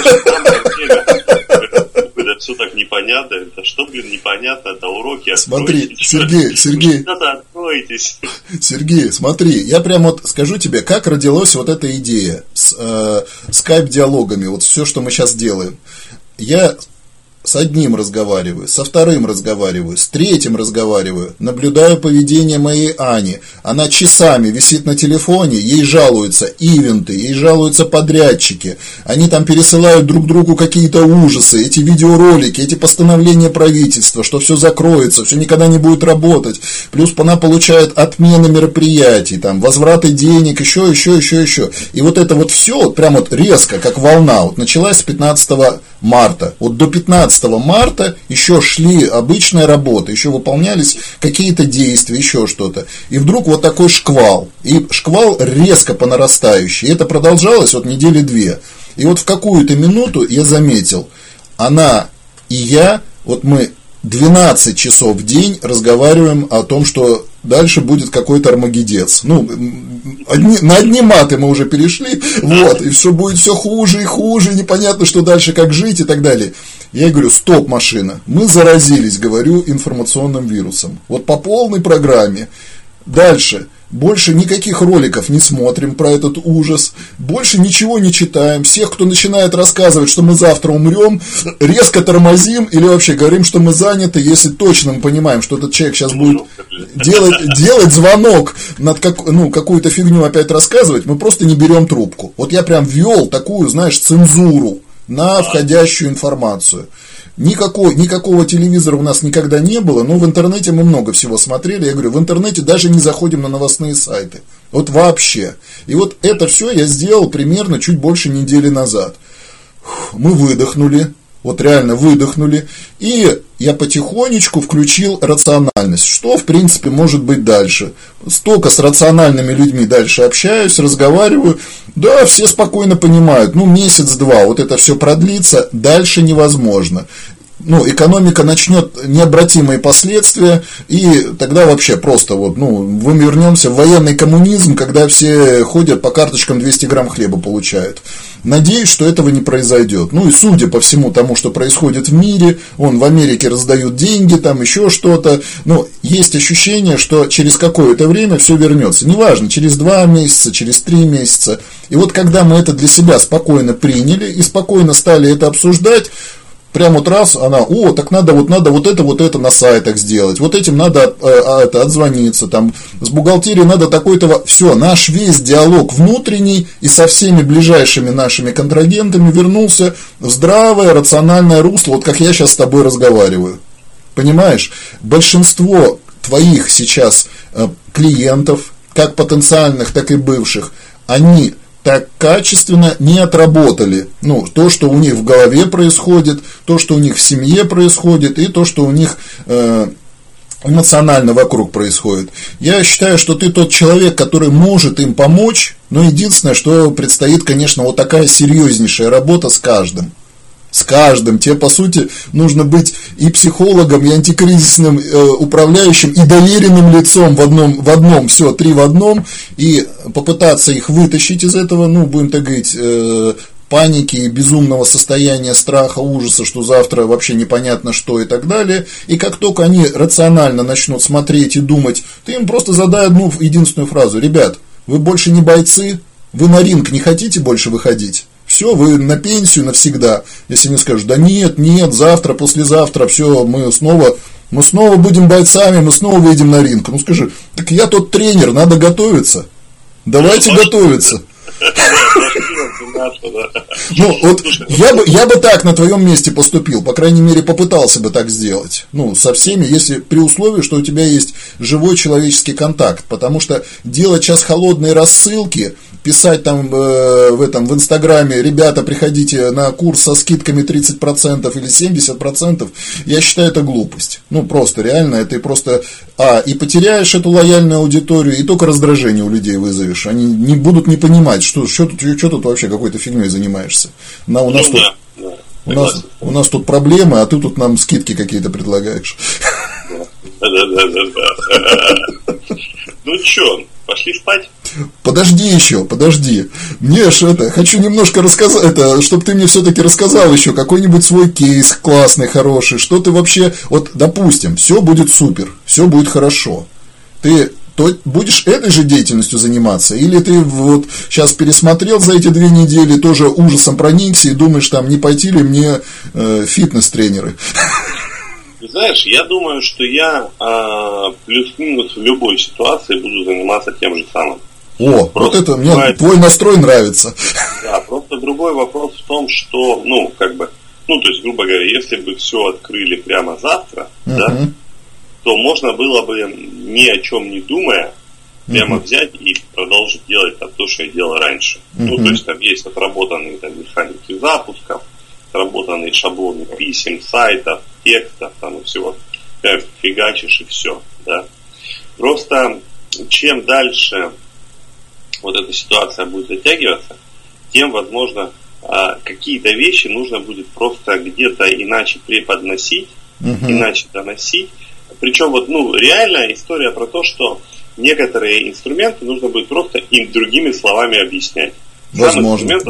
Да, все так непонятно. Это что, непонятно? Это уроки. Смотри, Сергей. Что-то откройтесь. Сергей, смотри, я прям вот скажу тебе, как родилась вот эта идея с скайп-диалогами, вот все, что мы сейчас делаем. Я с одним разговариваю, со вторым разговариваю, с третьим разговариваю, наблюдаю поведение моей Ани. Она часами висит на телефоне, ей жалуются ивенты, ей жалуются подрядчики. Они там пересылают друг другу какие-то ужасы, эти видеоролики, эти постановления правительства, что все закроется, все никогда не будет работать. Плюс она получает отмены мероприятий, там, возвраты денег, еще. И вот это вот все, вот прям вот резко, как волна, вот началась с 15 марта. Вот до 15 марта еще шли обычная работа, еще выполнялись какие-то действия, еще что-то. И вдруг вот такой шквал. И шквал резко по нарастающей. И это продолжалось вот недели 2. И вот в какую-то минуту я заметил, она и я, вот мы 12 часов в день разговариваем о том, что дальше будет какой-то армагеддец. Ну, на одни маты мы уже перешли, вот, и все будет все хуже и хуже, непонятно, что дальше, как жить и так далее. Я говорю, стоп, машина, мы заразились, говорю, информационным вирусом. Вот по полной программе. Дальше. Больше никаких роликов не смотрим про этот ужас, больше ничего не читаем. Всех, кто начинает рассказывать, что мы завтра умрем, резко тормозим или вообще говорим, что мы заняты, если точно мы понимаем, что этот человек сейчас будет делать звонок, над какую-то фигню опять рассказывать, мы просто не берем трубку. Вот я прям ввел такую, знаешь, цензуру на входящую информацию. Никакого телевизора у нас никогда не было, но в интернете мы много всего смотрели. Я говорю, в интернете даже не заходим на новостные сайты. Вот вообще. И вот это все я сделал примерно чуть больше недели назад. Мы выдохнули, вот реально выдохнули. И я потихонечку включил рациональность. Что, в принципе, может быть дальше? Столько с рациональными людьми дальше общаюсь, разговариваю. Да, все спокойно понимают, месяц-два вот это все продлится, дальше невозможно. Экономика начнет необратимые последствия, и тогда вообще просто мы вернемся в военный коммунизм, когда все ходят по карточкам 200 грамм хлеба получают. Надеюсь, что этого не произойдет. И судя по всему тому, что происходит в мире, в Америке раздают деньги, там еще что-то, есть ощущение, что через какое-то время все вернется. Неважно, через 2 месяца, через 3 месяца. И вот когда мы это для себя спокойно приняли и спокойно стали это обсуждать, прям вот раз она, так надо вот это на сайтах сделать, вот этим надо отзвониться, там, с бухгалтерией надо такой-то, все, наш весь диалог внутренний и со всеми ближайшими нашими контрагентами вернулся в здравое, рациональное русло, вот как я сейчас с тобой разговариваю. Понимаешь, большинство твоих сейчас клиентов, как потенциальных, так и бывших, они так качественно не отработали то, что у них в голове происходит, то, что у них в семье происходит, и то, что у них эмоционально вокруг происходит. Я считаю, что ты тот человек, который может им помочь, но единственное, что предстоит, конечно, вот такая серьезнейшая работа с каждым. С каждым. Тебе, по сути, нужно быть и психологом, и антикризисным управляющим, и доверенным лицом в одном, все, 3 в одном, и попытаться их вытащить из этого, будем так говорить, паники, безумного состояния, страха, ужаса, что завтра вообще непонятно что и так далее. И как только они рационально начнут смотреть и думать, ты им просто задай одну единственную фразу. Ребят, вы больше не бойцы, вы на ринг не хотите больше выходить? Все, вы на пенсию навсегда. Если мне скажут, да нет, завтра, послезавтра, все, мы снова будем бойцами, мы снова выйдем на ринг. Скажи, так я тот тренер, надо готовиться. Давайте готовиться. Я бы так на твоем месте поступил, по крайней мере, попытался бы так сделать. Со всеми, если при условии, что у тебя есть живой человеческий контакт. Потому что делать сейчас холодные рассылки, писать там в Инстаграме, ребята, приходите на курс со скидками 30% или 70%, я считаю, это глупость. Просто реально, это просто и потеряешь эту лояльную аудиторию, и только раздражение у людей вызовешь. Они не будут не понимать, что тут вообще какой-то фигней занимаешься. У нас тут проблемы, а ты тут нам скидки какие-то предлагаешь. Что, пошли спать? Подожди. Мне хочу немножко рассказать, чтобы ты мне все-таки рассказал еще какой-нибудь свой кейс классный, хороший, что ты вообще, допустим, все будет супер, все будет хорошо. Ты то будешь этой же деятельностью заниматься? Или ты вот сейчас пересмотрел за эти 2 недели, тоже ужасом проникся и думаешь, там, не пойти ли мне фитнес-тренеры? Знаешь, я думаю, что я плюс-минус в любой ситуации буду заниматься тем же самым. О, просто вот это мне твой настрой нравится. Да, просто другой вопрос в том, что, то есть, грубо говоря, если бы все открыли прямо завтра, да, то можно было бы, ни о чем не думая, прямо взять и продолжить делать то, что я делал раньше. Ну, то есть, там есть отработанные механики запусков, отработанные шаблоны писем, сайтов, текстов, там и всего. Как фигачишь и все, да. Просто чем дальше вот эта ситуация будет затягиваться, тем, возможно, какие-то вещи нужно будет просто где-то иначе преподносить, иначе доносить. Причем реальная история про то, что некоторые инструменты нужно будет просто им другими словами объяснять. Возможно.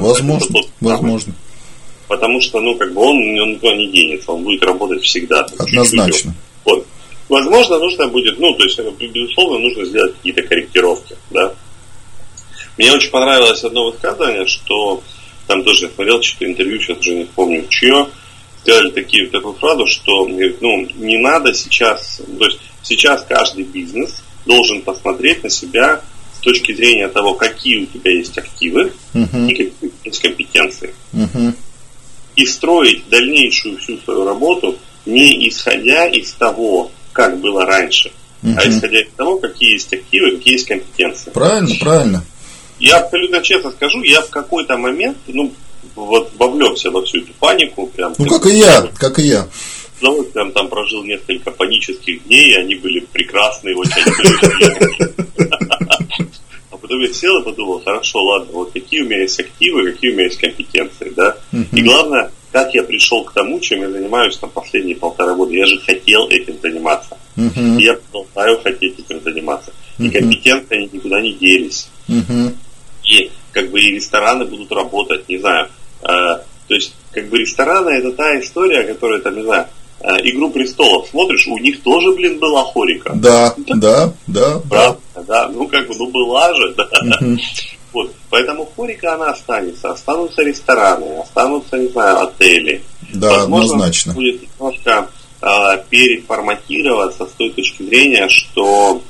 Потому что, он никуда не денется, он будет работать всегда. Однозначно. Вот. Возможно, нужно будет, безусловно, нужно сделать какие-то корректировки, да. Мне очень понравилось одно высказывание, что там тоже я смотрел что-то интервью, сейчас уже не помню чье, сказали такую фразу, что не надо сейчас, то есть сейчас каждый бизнес должен посмотреть на себя с точки зрения того, какие у тебя есть активы и какие есть компетенции. И строить дальнейшую всю свою работу не исходя из того, как было раньше, а исходя из того, какие есть активы, какие есть компетенции. Правильно. Я абсолютно честно скажу, я в какой-то момент, вовлекся во всю эту панику. Прям, как и я. С удовольствием там прожил несколько панических дней, и они были прекрасные, очень. А потом я сел и подумал, хорошо, ладно, вот какие у меня есть активы, какие у меня есть компетенции, да. И главное, как я пришел к тому, чем я занимаюсь последние 1,5 года. Я же хотел этим заниматься. И я продолжаю хотеть этим заниматься. И компетенции они никуда не делись. И и рестораны будут работать, не знаю. То есть, рестораны это та история, которая там, не знаю, «Игру престолов» смотришь, у них тоже, была хорика. Да. Правда, да. Была же, да. Вот. Поэтому хорика она останется. Останутся рестораны, останутся, не знаю, отели. Да, возможно, однозначно. Будет немножко переформатироваться с той точки зрения, что...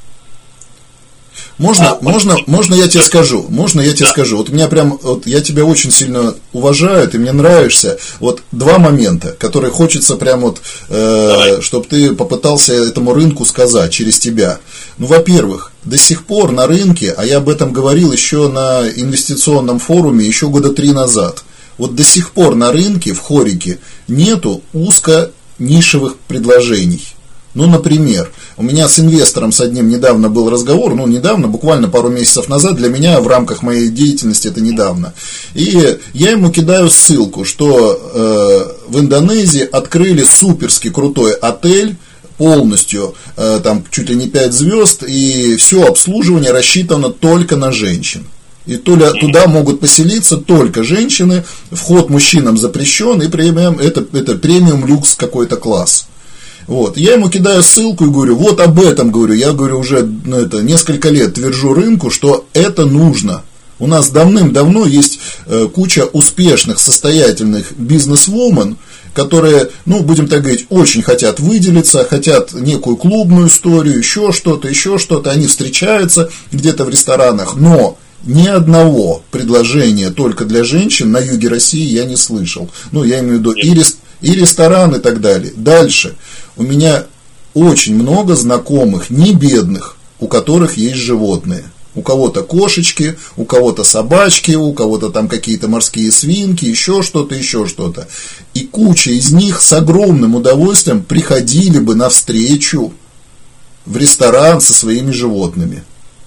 Можно я тебе скажу? Вот у меня прям, я тебя очень сильно уважаю, ты мне нравишься. Вот 2 момента, которые хочется прям чтобы ты попытался этому рынку сказать через тебя. Во-первых, до сих пор на рынке, а я об этом говорил еще на инвестиционном форуме еще 3 года назад. Вот до сих пор на рынке, в хорике, нету узко-нишевых предложений. Например, у меня с инвестором с одним недавно был разговор, буквально пару месяцев назад, для меня в рамках моей деятельности это недавно. И я ему кидаю ссылку, что в Индонезии открыли суперски крутой отель, полностью, там чуть ли не 5 звезд, и все обслуживание рассчитано только на женщин. И туда могут поселиться только женщины, вход мужчинам запрещен, и это премиум люкс какой-то класс. Вот. Я ему кидаю ссылку и говорю, вот об этом говорю. Я говорю, уже несколько лет твержу рынку, что это нужно. У нас давным-давно есть куча успешных, состоятельных бизнес-вумен, которые, будем так говорить, очень хотят выделиться, хотят некую клубную историю, еще что-то. Они встречаются где-то в ресторанах, но ни одного предложения только для женщин на юге России я не слышал. Я имею в виду и ресторан и так далее. Дальше. У меня очень много знакомых, не бедных, у которых есть животные. У кого-то кошечки, у кого-то собачки, у кого-то там какие-то морские свинки, еще что-то. И куча из них с огромным удовольствием приходили бы навстречу в ресторан со своими животными.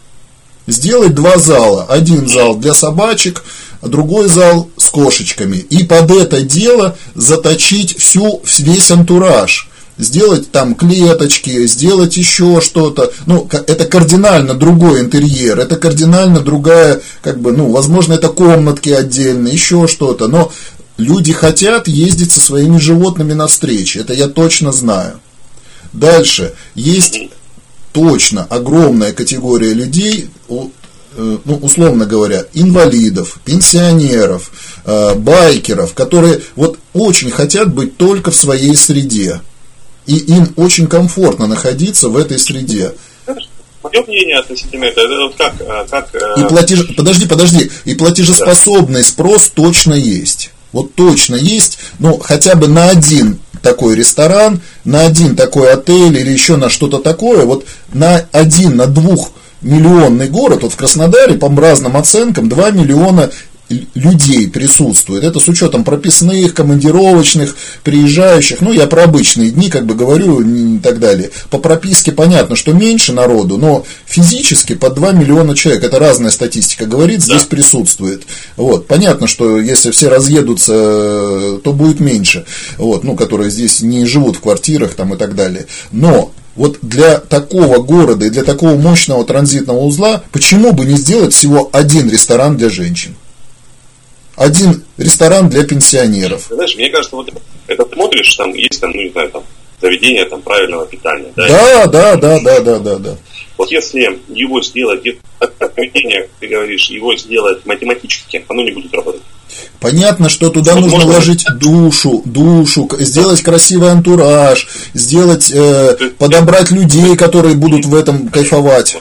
Сделать 2 зала. Один зал для собачек, а другой зал с кошечками. И под это дело заточить весь антураж. Сделать там клеточки, сделать еще что-то. Это кардинально другой интерьер, это кардинально другая, возможно, это комнатки отдельные, еще что-то. Но люди хотят ездить со своими животными на встречи, это я точно знаю. Дальше. Есть точно огромная категория людей, ну, условно говоря, инвалидов, пенсионеров, байкеров, которые вот очень хотят быть только в своей среде. И им очень комфортно находиться в этой среде. Мое мнение относительно этого, вот как И платежеспособный спрос точно есть. Вот точно есть, ну, хотя бы на один такой ресторан, на один такой отель или еще на что-то такое, вот на 2-миллионный город, вот в Краснодаре, по разным оценкам, 2 миллиона людей присутствует. Это с учетом прописных, командировочных, приезжающих. Ну, я про обычные дни как бы говорю и так далее. По прописке понятно, что меньше народу, но физически под 2 миллиона человек, это разная статистика говорит, здесь присутствует. Вот. Понятно, что если все разъедутся, то будет меньше, вот, ну, которые здесь не живут в квартирах там, и так далее. Но вот для такого города и для такого мощного транзитного узла, почему бы не сделать всего один ресторан для женщин? Один ресторан для пенсионеров. Знаешь, мне кажется, вот это смотришь, там есть там, ну не знаю, там заведение там правильного питания. Да. Вот если его сделать, заведение, ты говоришь, его сделать математически, оно не будет работать. Понятно, что туда вот нужно вложить душу, сделать красивый антураж, сделать, подобрать людей, которые будут в этом кайфовать.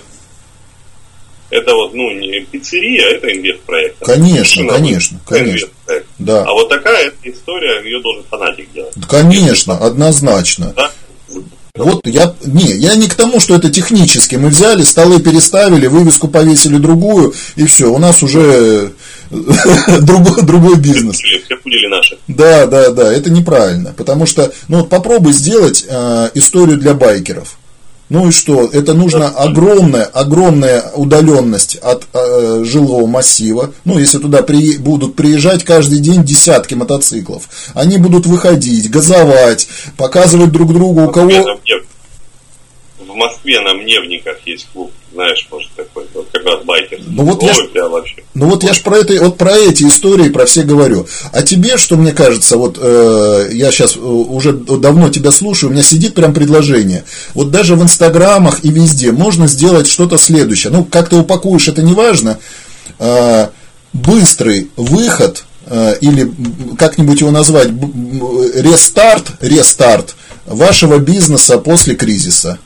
Это вот, ну, не пиццерия, это инвестпроект. Конечно. Да. А вот такая история, ее должен фанатик делать. Конечно, однозначно. Да? Вот я не к тому, что это технически. Мы взяли, столы переставили, вывеску повесили другую, и все, у нас уже другой бизнес. Все пудели наши. Да, это неправильно. Потому что, ну вот попробуй сделать историю для байкеров. Ну и что? Это нужно огромная удаленность от жилого массива. Ну, если туда будут приезжать каждый день десятки мотоциклов. Они будут выходить, газовать, показывать друг другу, у кого... В Москве на Мневниках есть клуб, знаешь, может, такой, вот как раз байкер. Я ж про эти истории, про все говорю. А тебе, что мне кажется, вот я сейчас уже давно тебя слушаю, у меня сидит прям предложение. Вот даже в инстаграмах и везде можно сделать что-то следующее. Ну, как ты упакуешь, это не важно. Быстрый выход, или как-нибудь его назвать, рестарт вашего бизнеса после кризиса.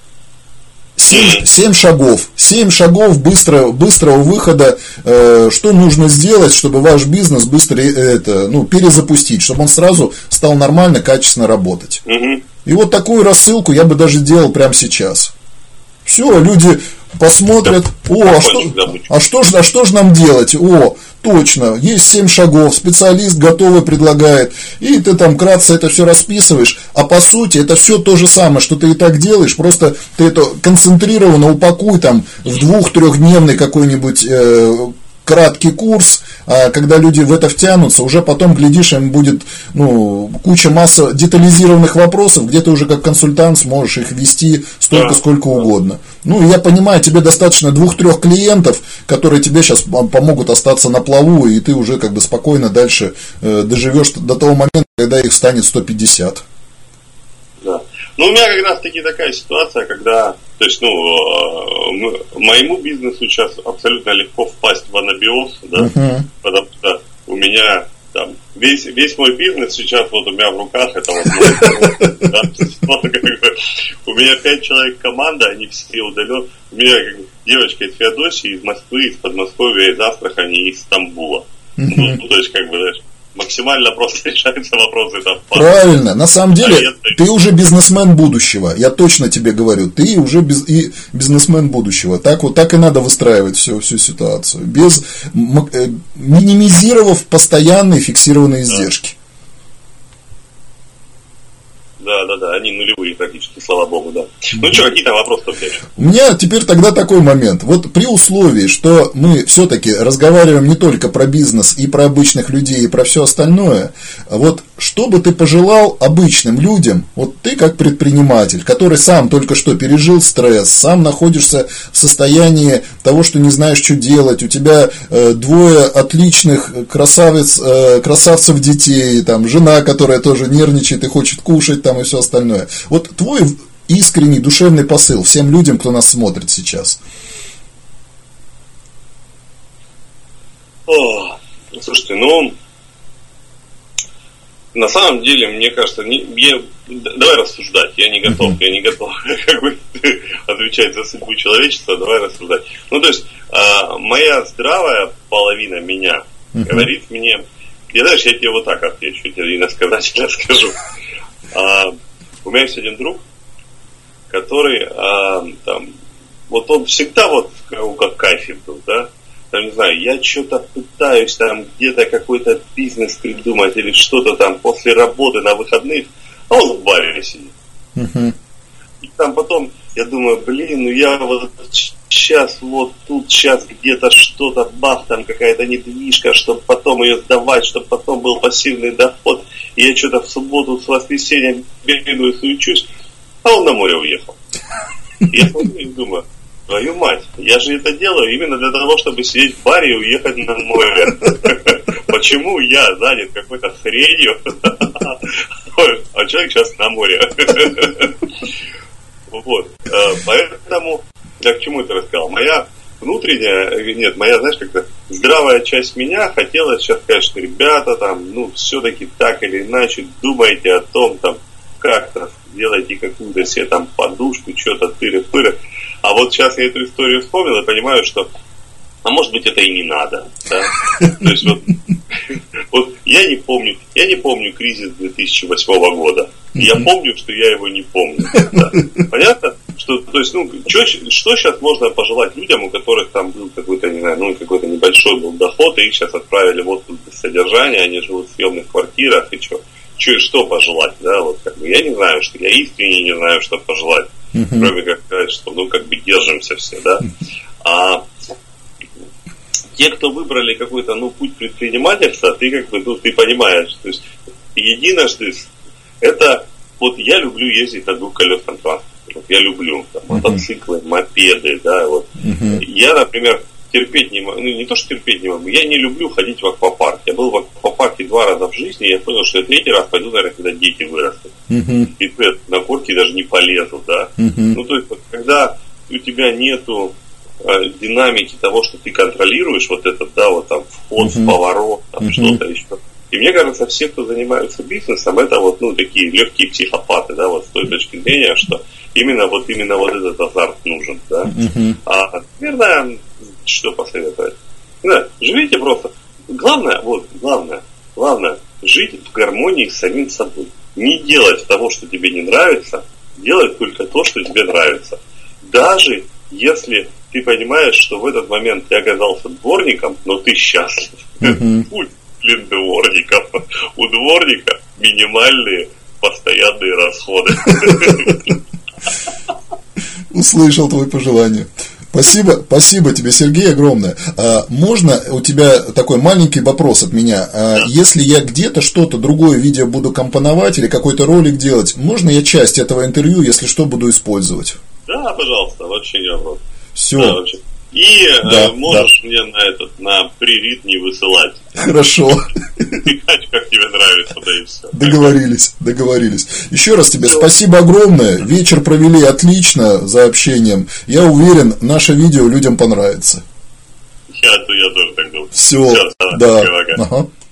7 шагов. 7 шагов быстрого выхода. Что нужно сделать, чтобы ваш бизнес быстрее перезапустить, чтобы он сразу стал нормально, качественно работать. И вот такую рассылку я бы даже делал прямо сейчас. Все, люди посмотрят, а что же нам делать? Точно, есть 7 шагов, специалист готовый предлагает, и ты там кратко это все расписываешь, а по сути это все то же самое, что ты и так делаешь, просто ты это концентрированно упакуй там в 2-3-дневный какой-нибудь краткий курс, а когда люди в это втянутся, уже потом, глядишь, им будет масса детализированных вопросов, где ты уже как консультант сможешь их вести столько, сколько угодно. Ну, я понимаю, тебе достаточно 2-3 клиентов, которые тебе сейчас помогут остаться на плаву, и ты уже как бы спокойно дальше доживешь до того момента, когда их станет 150. Да. Ну, у меня как раз таки такая ситуация, когда, то есть, моему бизнесу сейчас абсолютно легко впасть в анабиоз, да, потому что у меня там весь мой бизнес сейчас вот у меня в руках, это вот, у меня 5 человек команда, они все удалены, у меня девочка из Феодосии, из Москвы, из Подмосковья, из Астрахани, из Стамбула, то есть, как бы, знаешь, максимально просто решаются вопросы там. Правильно, на самом деле ты уже бизнесмен будущего, я точно тебе говорю, ты уже бизнесмен будущего, так и надо выстраивать всю ситуацию, минимизировав постоянные фиксированные издержки. Да, они нулевые практически, слава богу, да. Ну что, какие-то вопросы у тебя? У меня теперь тогда такой момент. Вот при условии, что мы все-таки разговариваем не только про бизнес и про обычных людей, и про все остальное, вот что бы ты пожелал обычным людям, вот ты как предприниматель, который сам только что пережил стресс, сам находишься в состоянии того, что не знаешь, что делать, у тебя 2 отличных красавцев детей, там, жена, которая тоже нервничает и хочет кушать, там, и все остальное. Вот твой искренний душевный посыл всем людям, кто нас смотрит сейчас. Слушайте, на самом деле, мне кажется, давай рассуждать, я не готов как бы отвечать за судьбу человечества, давай рассуждать. То есть, моя здравая половина меня говорит мне, я тебе вот так отвечу, я тебе иносказательно скажу. У меня есть один друг, который, вот он всегда вот как в кайфе был, да, не знаю, я что-то пытаюсь там где-то какой-то бизнес придумать или что-то там после работы на выходных, а он в баре сидит. И там потом я думаю, я вот сейчас вот тут сейчас где-то что-то, бах, там какая-то недвижка, чтобы потом ее сдавать, чтобы потом был пассивный доход. И я что-то в субботу с воскресенья бегаю, суечусь, а он на море уехал. И я смотрю и думаю, твою мать, я же это делаю именно для того, чтобы сидеть в баре и уехать на море. Почему я занят какой-то хренью, а человек сейчас на море? Вот. Поэтому, я к чему это рассказал? Моя внутренняя, моя, знаешь, как-то здравая часть меня хотела сейчас сказать, что ребята там, все-таки так или иначе думайте о том, там, как-то делайте какую-то себе там подушку, что-то тыры-пыры. А вот сейчас я эту историю вспомнил и понимаю, что, может быть, это и не надо. Да? То есть вот я не помню кризис 2008 года. Я помню, что я его не помню. Да? Понятно? Что, то есть, что сейчас можно пожелать людям, у которых там был какой-то, не знаю, какой-то небольшой был доход, и их сейчас отправили в отпуск без содержания, они живут в съемных квартирах, и что пожелать, да, вот как бы я не знаю, что я искренне не знаю, что пожелать, кроме как сказать, что держимся все, да. А те, кто выбрали какой-то, путь предпринимательства, ты ты понимаешь, то есть единожды это, вот я люблю ездить на двухколесном транспорте, я люблю мотоциклы, мопеды, да, вот. Я, например, терпеть не могу, не то, что терпеть не могу, я не люблю ходить в аквапарк. Я был в аквапарке 2 раза в жизни, и я понял, что я 3-й раз пойду, наверное, когда дети вырастут. И на горки даже не полезу, да. То есть, когда у тебя нету динамики того, что ты контролируешь, вот этот, да, вот там вход, поворот, там что-то еще. И мне кажется, все, кто занимается бизнесом, это вот, такие легкие психопаты, да, вот с той точки зрения, что именно вот этот азарт нужен, да. Наверное, что посоветовать? Живите просто. Главное, жить в гармонии с самим собой. Не делать того, что тебе не нравится, делать только то, что тебе нравится. Даже если ты понимаешь, что в этот момент ты оказался дворником, но ты счастлив. Будь, дворником. У дворника минимальные постоянные расходы. Услышал твое пожелание. Спасибо тебе, Сергей, огромное. Можно у тебя такой маленький вопрос от меня? Если я где-то что-то другое видео буду компоновать или какой-то ролик делать, можно я часть этого интервью, если что, буду использовать? Да, пожалуйста, вообще не вопрос. Все. Да, и можешь мне на прерит не высылать. Хорошо. Как тебе нравится, да и все. Договорились. Еще раз тебе спасибо огромное. вечер провели отлично за общением. Я уверен, наше видео людям понравится. Я тоже так думаю. Все, да. Ага.